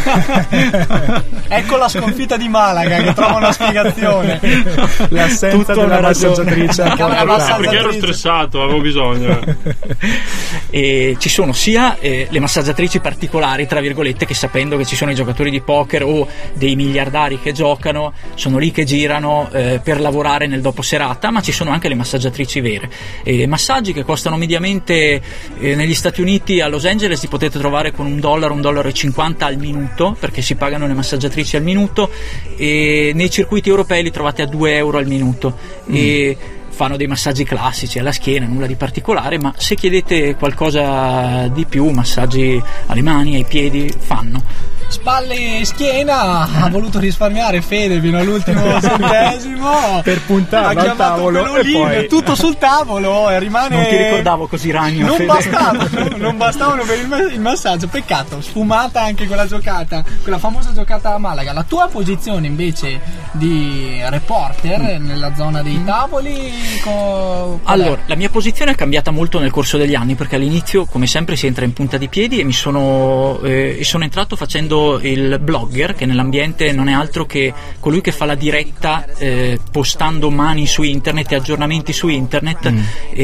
Ecco la sconfitta di Malaga, che trova una spiegazione. L'assenza della massaggiatrice, perché ero stressato, avevo bisogno. E ci sono sia le massaggiatrici particolari, tra virgolette, che sapendo che ci sono i giocatori di poker o dei miliardari che giocano, sono lì che girano per lavorare nel dopo serata, ma ci sono anche le massaggiatrici vere. Massaggi che costano mediamente negli Stati Uniti, a Los Angeles li potete trovare con $1, $1,50 al minuto, perché si pagano le massaggiatrici al minuto, e nei circuiti europei li trovate a €2 al minuto. E fanno dei massaggi classici alla schiena, nulla di particolare, ma se chiedete qualcosa di più, massaggi alle mani, ai piedi, fanno. Spalle e schiena, ha voluto risparmiare Fede fino all'ultimo centesimo per puntarlo al tavolo e poi tutto sul tavolo e rimane. Non ti ricordavo così ragno. Non bastavano per il massaggio. Peccato, sfumata anche quella giocata, quella famosa giocata a Malaga. La tua posizione invece di reporter nella zona dei tavoli? Allora, la mia posizione è cambiata molto nel corso degli anni, perché all'inizio, come sempre, si entra in punta di piedi e sono entrato facendo il blogger, che nell'ambiente non è altro che colui che fa la diretta postando mani su internet e aggiornamenti su internet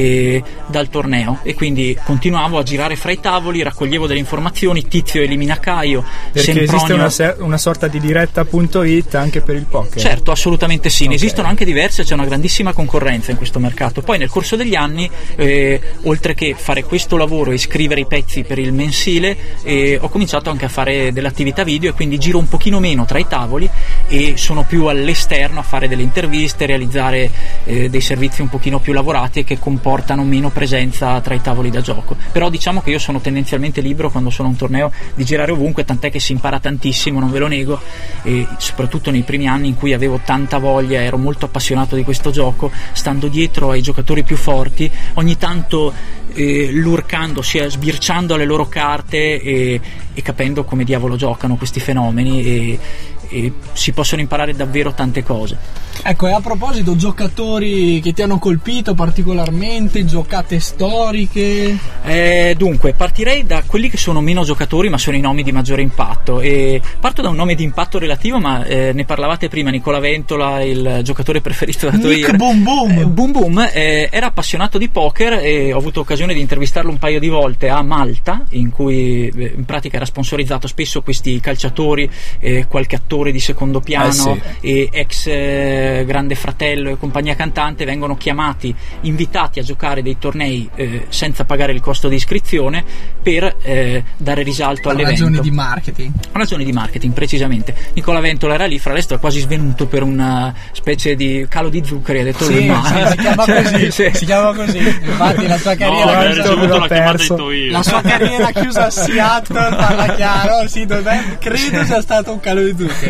dal torneo, e quindi continuavo a girare fra i tavoli, raccoglievo delle informazioni, Tizio elimina Caio, perché Sempronio... esiste una sorta di diretta.it anche per il poker. Certo, assolutamente sì, ne esistono anche diverse, c'è una grandissima concorrenza in questo mercato. Poi nel corso degli anni, oltre che fare questo lavoro e scrivere i pezzi per il mensile, ho cominciato anche a fare delle attività video, e quindi giro un pochino meno tra i tavoli e sono più all'esterno a fare delle interviste, realizzare dei servizi un pochino più lavorati e che comportano meno presenza tra i tavoli da gioco. Però diciamo che io sono tendenzialmente libero quando sono a un torneo di girare ovunque, tant'è che si impara tantissimo, non ve lo nego, e soprattutto nei primi anni in cui avevo tanta voglia, ero molto appassionato di questo gioco, stando dietro ai giocatori più forti, ogni tanto lurcando, sia sbirciando alle loro carte e capendo come diavolo giocano questi fenomeni, e si possono imparare davvero tante cose. Ecco, e a proposito, giocatori che ti hanno colpito particolarmente, giocate storiche? Dunque, partirei da quelli che sono meno giocatori ma sono i nomi di maggiore impatto, e parto da un nome di impatto relativo, ma ne parlavate prima, Nicola Ventola, il giocatore preferito da Twitter. Boom Boom! Boom Boom era appassionato di poker e ho avuto occasione di intervistarlo un paio di volte a Malta, in cui in pratica era sponsorizzato spesso questi calciatori, qualche attore di secondo piano e ex Grande Fratello e compagnia cantante vengono chiamati, invitati a giocare dei tornei senza pagare il costo di iscrizione per dare risalto all'evento. Ragioni di marketing. Ragioni di marketing, precisamente. Nicola Ventola era lì, fra l'altro è quasi svenuto per una specie di calo di zuccheri, ha detto lui, si chiama così, si chiama così. Infatti la sua carriera la sua carriera chiusa a Seattle, parla chiaro, credo sia stato un calo di zuccheri.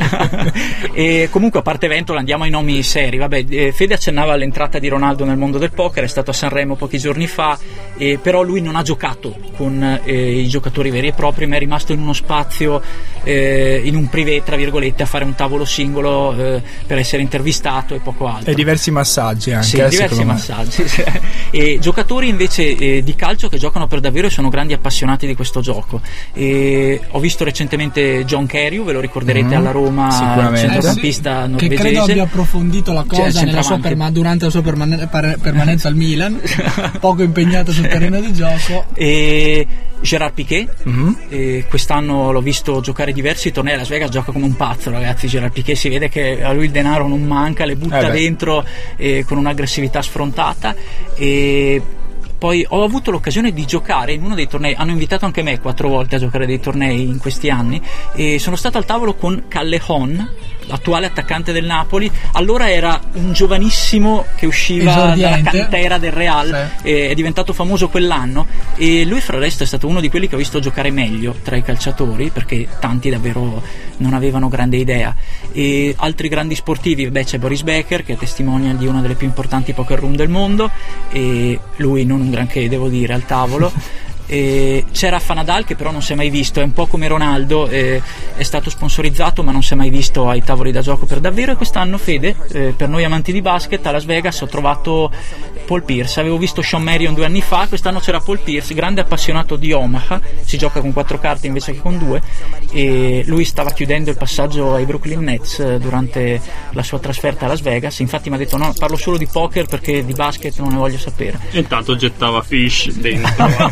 E comunque, a parte Ventola, andiamo ai nomi seri. Vabbè, Fede accennava all'entrata di Ronaldo nel mondo del poker, è stato a Sanremo pochi giorni fa, però lui non ha giocato con i giocatori veri e propri, ma è rimasto in uno spazio, in un privé tra virgolette, a fare un tavolo singolo per essere intervistato e poco altro, e diversi massaggi anche. Sì, diversi massaggi. E giocatori invece di calcio che giocano per davvero e sono grandi appassionati di questo gioco. Ho visto recentemente John Carew, ve lo ricorderete, alla Roma, centrocampista norvegese, che credo abbia approfondito la cosa durante la sua permanenza al Milan, poco impegnato sul terreno di gioco. E Gerard Piquet, quest'anno l'ho visto giocare diversi tornei a Las Vegas, gioca come un pazzo, ragazzi. Gerard Piquet, si vede che a lui il denaro non manca, le butta dentro con un'aggressività sfrontata. E poi ho avuto l'occasione di giocare in uno dei tornei, hanno invitato anche me 4 volte a giocare dei tornei in questi anni, e sono stato al tavolo con Callejon, l'attuale attaccante del Napoli. Allora era un giovanissimo che usciva dalla cantera del Real, è diventato famoso quell'anno, e lui fra l'altro è stato uno di quelli che ho visto giocare meglio tra i calciatori, perché tanti davvero non avevano grande idea. E altri grandi sportivi, c'è Boris Becker, che è testimonial di una delle più importanti poker room del mondo, e lui non un granché, devo dire, al tavolo. C'è Rafa Nadal, che però non si è mai visto, è un po' come Ronaldo, è stato sponsorizzato ma non si è mai visto ai tavoli da gioco per davvero. E quest'anno, Fede, per noi amanti di basket, a Las Vegas ho trovato Paul Pierce. Avevo visto Sean Marion 2 anni fa, quest'anno c'era Paul Pierce, grande appassionato di Omaha, si gioca con 4 carte invece che con 2, e lui stava chiudendo il passaggio ai Brooklyn Nets durante la sua trasferta a Las Vegas. Infatti mi ha detto: no, parlo solo di poker perché di basket non ne voglio sapere. E intanto gettava fish dentro la badilà.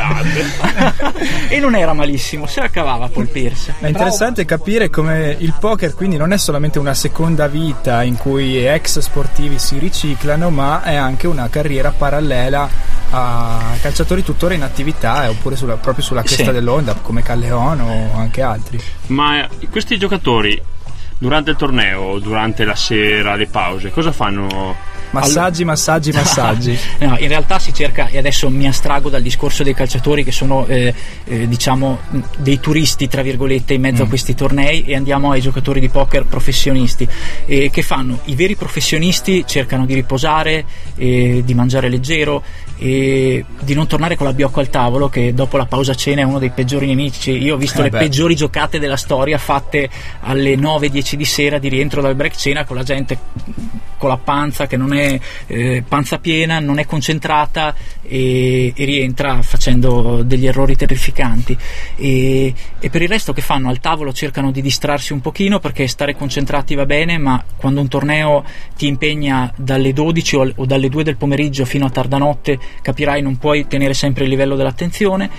grande. E non era malissimo, se la cavava Paul Pierce. È interessante capire come il poker quindi non è solamente una seconda vita in cui ex sportivi si riciclano, ma è anche una carriera parallela a calciatori tuttora in attività oppure proprio sulla cresta dell'onda come Callejon o anche altri. Ma questi giocatori durante il torneo, durante la sera, le pause, cosa fanno? Massaggi. No, in realtà si cerca, e adesso mi astrago dal discorso dei calciatori che sono diciamo dei turisti tra virgolette in mezzo a questi tornei, e andiamo ai giocatori di poker professionisti, che fanno i veri professionisti, cercano di riposare, di mangiare leggero e di non tornare con l'abbiocco al tavolo, che dopo la pausa cena è uno dei peggiori nemici. Io ho visto le peggiori giocate della storia fatte alle 9-10 di sera di rientro dal break cena, con la gente con la panza che non è panza piena, non è concentrata e rientra facendo degli errori terrificanti, e per il resto che fanno? Al tavolo cercano di distrarsi un pochino, perché stare concentrati va bene, ma quando un torneo ti impegna dalle 12 o dalle 2 del pomeriggio fino a tarda notte, capirai, non puoi tenere sempre il livello dell'attenzione,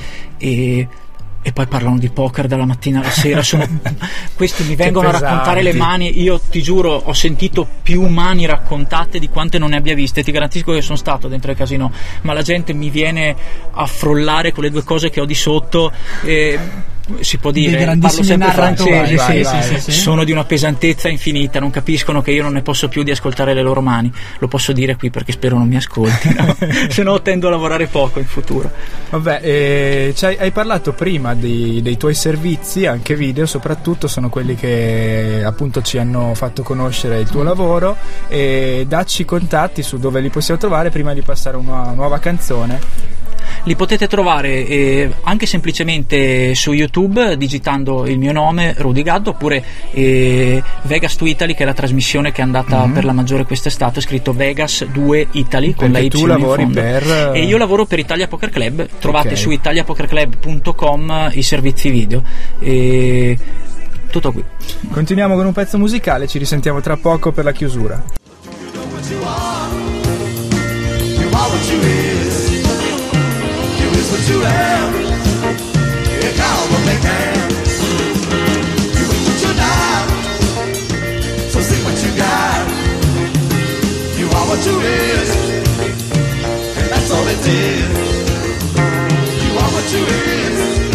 e poi parlano di poker dalla mattina alla sera. Questi mi vengono a raccontare le mani. Io ti giuro, ho sentito più mani raccontate di quante non ne abbia viste. Ti garantisco che sono stato dentro il casino, ma la gente mi viene a frollare con le due cose che ho di sotto, si può dire, parlo sempre francese, sì. Sono di una pesantezza infinita, non capiscono che io non ne posso più di ascoltare le loro mani. Lo posso dire qui perché spero non mi ascoltino, se no tendo a lavorare poco in futuro. Vabbè, hai parlato prima dei tuoi servizi, anche video soprattutto, sono quelli che appunto ci hanno fatto conoscere il tuo lavoro, e dacci i contatti su dove li possiamo trovare prima di passare una nuova canzone. Li potete trovare anche semplicemente su YouTube digitando il mio nome, Rudy Gaddo, oppure Vegas to Italy, che è la trasmissione che è andata per la maggiore quest'estate. Ho scritto Vegas 2 Italy con la Y tu lavori in fondo. E io lavoro per Italia Poker Club. Trovate su italiapokerclub.com i servizi video. E tutto qui. Continuiamo con un pezzo musicale, ci risentiamo tra poco per la chiusura. What you have, you call what they can. You eat what you die, so see what you got. You are what you is, and that's all it is. You are what you is.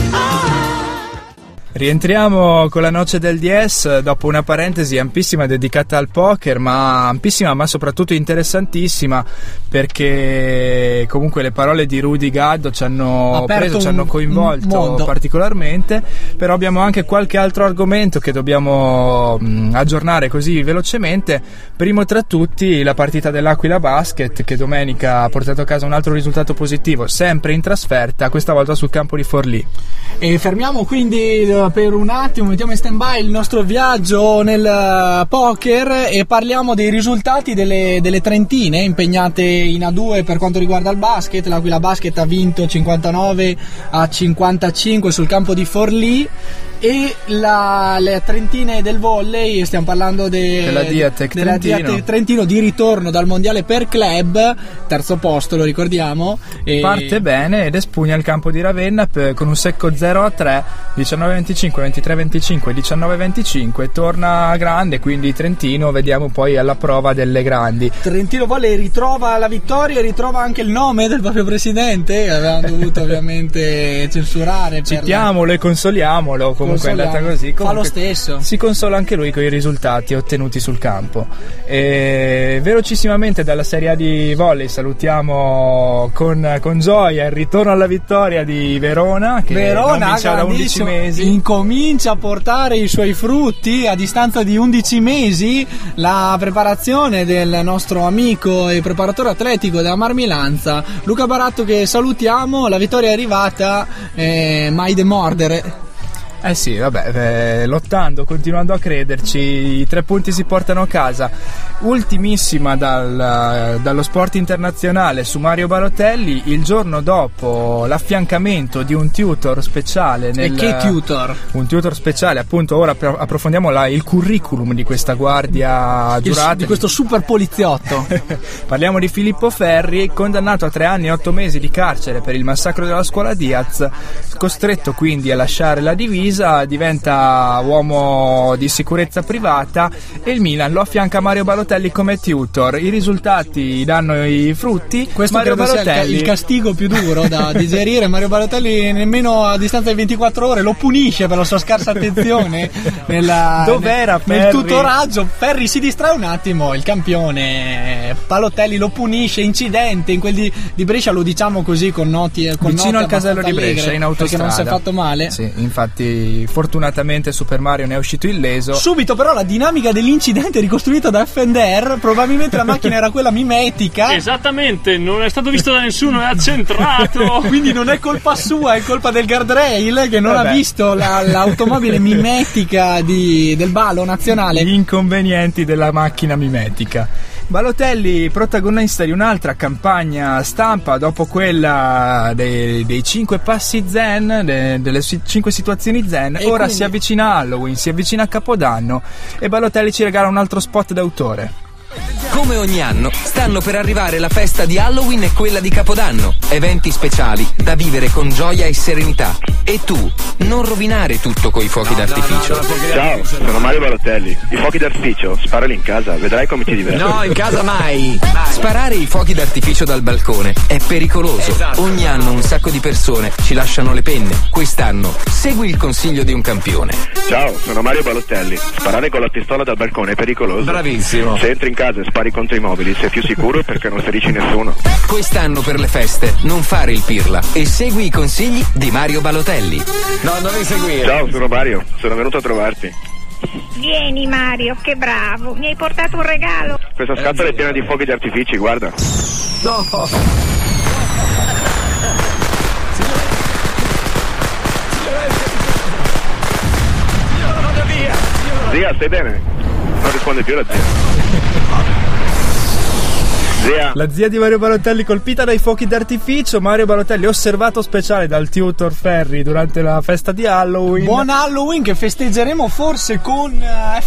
Rientriamo con la noce del DS dopo una parentesi ampissima dedicata al poker, ma ampissima ma soprattutto interessantissima, perché comunque le parole di Rudy Gaddo ci hanno coinvolto particolarmente. Però abbiamo anche qualche altro argomento che dobbiamo aggiornare così velocemente. Primo tra tutti la partita dell'Aquila Basket, che domenica ha portato a casa un altro risultato positivo, sempre in trasferta, questa volta sul campo di Forlì. E fermiamo quindi per un attimo, mettiamo in stand by il nostro viaggio nel poker e parliamo dei risultati delle trentine impegnate in A2 per quanto riguarda il basket. L'Aquila Basket ha vinto 59-55 sul campo di Forlì, e le trentine del volley, stiamo parlando della Diatec Trentino, di ritorno dal mondiale per club, terzo posto, lo ricordiamo, e parte bene ed espugna il campo di Ravenna con un secco 0-3, 19-25, 23-25, 19-25, torna grande, quindi Trentino vediamo poi alla prova delle grandi. Trentino Volley ritrova la vittoria e ritrova anche il nome del proprio presidente, avevano dovuto ovviamente censurare. Citiamolo e consoliamolo, comunque è andata così. Comunque fa lo stesso, si consola anche lui con i risultati ottenuti sul campo. E velocissimamente dalla Serie A di volley salutiamo con gioia il ritorno alla vittoria di Verona, che non vinceva da 11 mesi. Incomincia a portare i suoi frutti a distanza di 11 mesi la preparazione del nostro amico e preparatore atletico della Marmilanza, Luca Baratto, che salutiamo. La vittoria è arrivata, mai demordere. Sì, vabbè, lottando, continuando a crederci, i 3 punti si portano a casa. Ultimissima dallo sport internazionale su Mario Balotelli, il giorno dopo l'affiancamento di un tutor speciale. E che tutor? Un tutor speciale, appunto. Ora approfondiamo il curriculum di questa guardia giurata, di questo super poliziotto. Parliamo di Filippo Ferri, condannato a 3 anni e 8 mesi di carcere per il massacro della scuola Diaz, costretto quindi a lasciare la divisa, diventa uomo di sicurezza privata e il Milan lo affianca Mario Balotelli come tutor. I risultati danno i frutti. Questo Mario credo Balotelli... sia il castigo più duro da digerire. Mario Balotelli nemmeno a distanza di 24 ore lo punisce per la sua scarsa attenzione nel tutoraggio. Ferri si distrae un attimo, il campione Balotelli lo punisce. Incidente in quel di Brescia, lo diciamo così con noti vicino al casello di Brescia, in autostrada, perché non si è fatto male. Sì, infatti fortunatamente Super Mario ne è uscito illeso. Subito però la dinamica dell'incidente è ricostruita da Fender. Probabilmente la macchina era quella mimetica. Esattamente, non è stato visto da nessuno, è accentrato. Quindi non è colpa sua, è colpa del guardrail che non ha visto l'automobile mimetica del ballo nazionale. Gli inconvenienti della macchina mimetica. Balotelli, protagonista di un'altra campagna stampa dopo quella dei 5 passi zen, delle 5 situazioni zen. Ora quindi si avvicina a Halloween, si avvicina a Capodanno e Balotelli ci regala un altro spot d'autore. Come ogni anno, stanno per arrivare la festa di Halloween e quella di Capodanno. Eventi speciali da vivere con gioia e serenità. E tu, non rovinare tutto coi fuochi d'artificio. Ciao, sono Mario Balotelli. I fuochi d'artificio, sparali in casa, vedrai come ti diverti. No, in casa mai! Sparare i fuochi d'artificio dal balcone è pericoloso. Esatto. Ogni anno un sacco di persone ci lasciano le penne. Quest'anno, segui il consiglio di un campione. Ciao, sono Mario Balotelli. Sparare con la pistola dal balcone è pericoloso. Bravissimo. Se entri in casa e spari contro i mobili, sei più sicuro perché non ferisci nessuno. Quest'anno per le feste non fare il pirla e segui i consigli di Mario Balotelli. No, non mi seguire. Ciao, sono Mario, sono venuto a trovarti. Vieni Mario, che bravo, mi hai portato un regalo. Questa scatola è piena di fuochi di artifici, guarda. No. Zia, stai bene? Non risponde più la zia. Zia. La zia di Mario Balotelli colpita dai fuochi d'artificio. Mario Balotelli osservato speciale dal tutor Ferri durante la festa di Halloween. Buon Halloween che festeggeremo forse con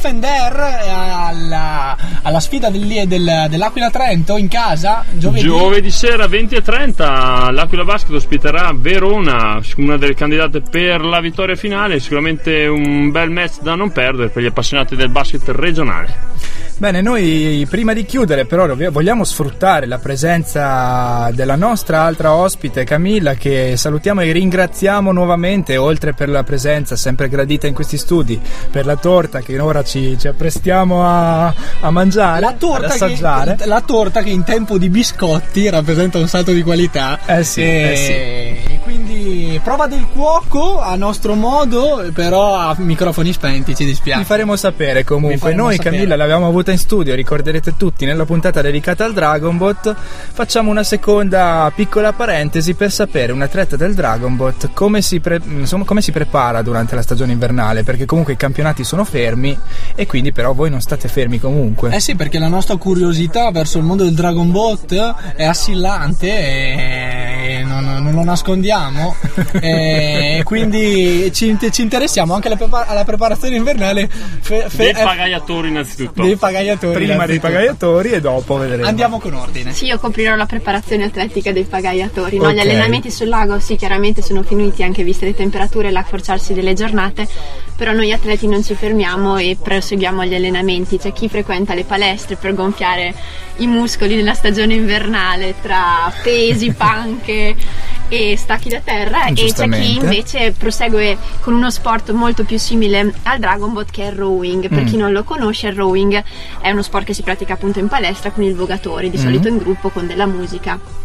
Fender alla sfida dell'Aquila Trento in casa giovedì sera 20:30. l'Aquila Basket ospiterà Verona, una delle candidate per la vittoria finale. Sicuramente un bel match da non perdere per gli appassionati del basket regionale. Bene, noi prima di chiudere però vogliamo sfruttare la presenza della nostra altra ospite Camilla, che salutiamo e ringraziamo nuovamente, oltre per la presenza sempre gradita in questi studi, per la torta che ora ci apprestiamo a mangiare, ad assaggiare. La torta che in tempo di biscotti rappresenta un salto di qualità. Sì. E quindi prova del cuoco a nostro modo, però a microfoni spenti, ci dispiace. Vi faremo sapere comunque. Noi Camilla l'abbiamo avuta in studio, ricorderete tutti, nella puntata dedicata al Dragonbot. Facciamo una seconda piccola parentesi per sapere un atleta del Dragonbot come si prepara durante la stagione invernale, perché comunque i campionati sono fermi e quindi però voi non state fermi comunque. Sì, perché la nostra curiosità verso il mondo del Dragonbot è assillante e non lo nascondiamo. E quindi ci interessiamo anche alla preparazione invernale dei pagaiatori innanzitutto. Prima dei pagaiatori e dopo vedremo. Andiamo con ordine. Sì, io coprirò la preparazione atletica dei pagaiatori. Okay. No, gli allenamenti sul lago sì, chiaramente sono finiti, anche viste le temperature e l'accorciarsi delle giornate, però noi atleti non ci fermiamo e proseguiamo gli allenamenti. C'è chi frequenta le palestre per gonfiare i muscoli della stagione invernale tra pesi, panche e stacchi da terra, e c'è chi invece prosegue con uno sport molto più simile al Dragonbot, che è il rowing. Per chi non lo conosce, il rowing è uno sport che si pratica appunto in palestra con il vogatore, di solito in gruppo con della musica.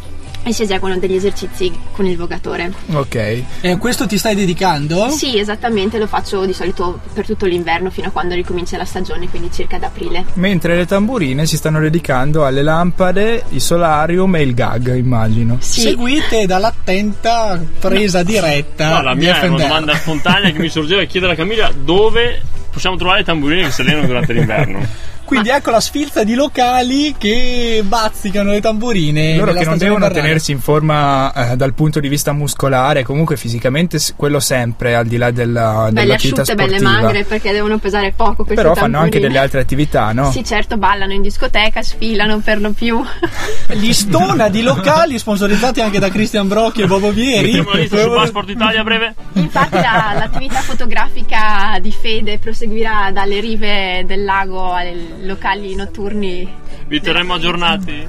e si eseguono degli esercizi con il vogatore. Ok. E questo ti stai dedicando? Sì, esattamente, lo faccio di solito per tutto l'inverno fino a quando ricomincia la stagione, quindi circa ad aprile. Mentre le tamburine si stanno dedicando alle lampade, il solarium e il gag, immagino. Sì. Seguite dall'attenta presa diretta. No, la mia è una domanda spontanea che mi sorgeva e chiedere a Camilla dove possiamo trovare le tamburine che si allenano durante l'inverno. Quindi ecco la sfilza di locali che bazzicano le tamburine. Loro che non devono invernale. tenersi in forma dal punto di vista muscolare, comunque fisicamente quello sempre, al di là belle dell'attività asciutte, sportiva. belle magre, perché devono pesare poco queste Però tamburine. fanno anche delle altre attività, no? Sì, certo, ballano in discoteca, sfilano per lo più. Listona di locali sponsorizzati anche da Christian Brocchi e Bobo Vieri. Mettiamo la lista su Passport Italia a breve. Infatti l'attività fotografica di Fede proseguirà dalle rive del lago ai locali notturni. Vi terremo aggiornati.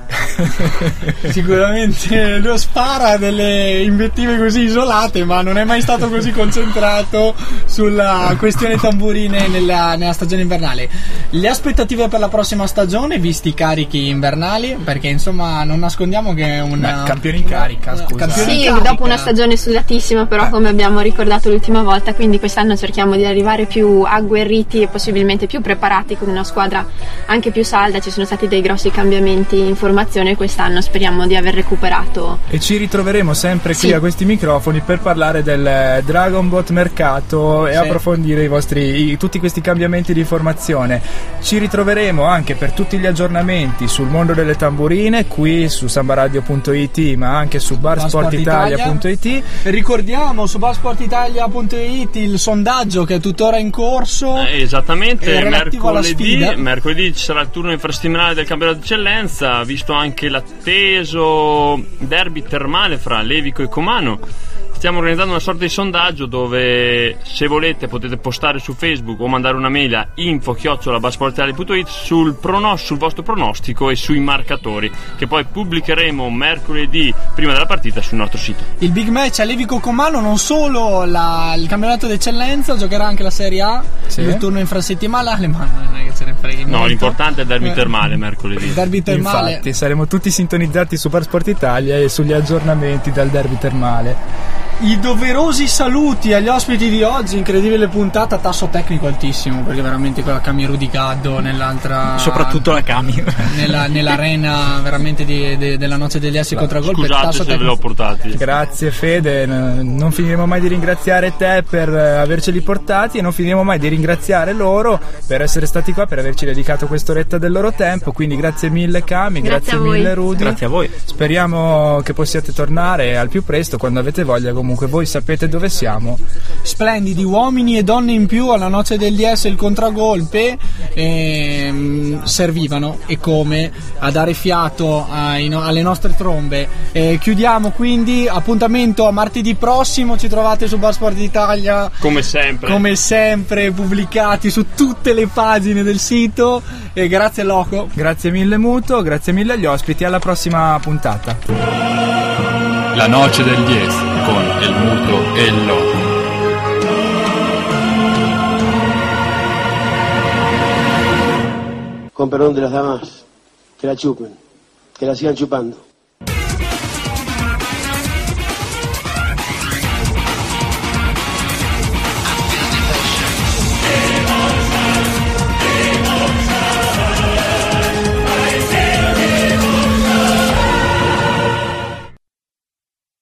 Sicuramente lo spara delle invettive così isolate, ma non è mai stato così concentrato sulla questione tamburine nella stagione invernale. Le aspettative per la prossima stagione, visti i carichi invernali, perché insomma non nascondiamo che è una campione in carica, scusa. Sì, dopo una stagione sudatissima, però come abbiamo ricordato l'ultima volta, quindi quest'anno cerchiamo di arrivare più agguerriti e possibilmente più preparati, con una squadra anche più salda. Ci sono stati dei grossi cambiamenti in formazione e quest'anno speriamo di aver recuperato. E ci ritroveremo sempre qui a questi microfoni per parlare del Dragon Bot mercato e approfondire tutti questi cambiamenti di formazione. Ci ritroveremo anche per tutti gli aggiornamenti sul mondo delle tamburine qui su sambaradio.it, ma anche su barsportitalia.it. Ricordiamo su barsportitalia.it il sondaggio che è tuttora in corso. Esattamente, relativo alla sfida. mercoledì ci sarà il turno infrasettimanale del campionato d'eccellenza, visto anche l'atteso derby termale fra Levico e Comano. Stiamo organizzando una sorta di sondaggio dove, se volete, potete postare su Facebook o mandare una mail a info@barsportitalia.it sul vostro pronostico e sui marcatori, che poi pubblicheremo mercoledì prima della partita sul nostro sito. Il big match a Levico Comano, non solo il campionato d'eccellenza, giocherà anche la Serie A, il turno infrasettimanale, ma non è che se ne freghi molto. No, l'importante è il derby termale mercoledì. Il derby termale. Infatti saremo tutti sintonizzati su Barsport Italia e sugli aggiornamenti dal derby termale. I doverosi saluti agli ospiti di oggi, incredibile puntata, tasso tecnico altissimo, perché veramente quella Cami Rudicardo nell'altra, soprattutto la Cami nell'arena veramente della noce degli essi contro gol. Scusate se ve l'ho portati. Grazie Fede, non finiremo mai di ringraziare te per averceli portati e non finiremo mai di ringraziare loro per essere stati qua, per averci dedicato quest'oretta del loro tempo, quindi grazie mille Cami, grazie mille Rudy. Grazie a voi. Speriamo che possiate tornare al più presto quando avete voglia. Comunque voi sapete dove siamo. Splendidi uomini e donne in più alla noce del DS, il contragolpe servivano e come a dare fiato alle nostre trombe. Chiudiamo quindi, appuntamento a martedì prossimo, ci trovate su Barsport Italia come sempre pubblicati su tutte le pagine del sito. E grazie Loco, grazie mille Muto, grazie mille agli ospiti, alla prossima puntata. La noce del 10 con el Muto e el Loco. Con perdón de las damas, que la chupen, que la sigan chupando.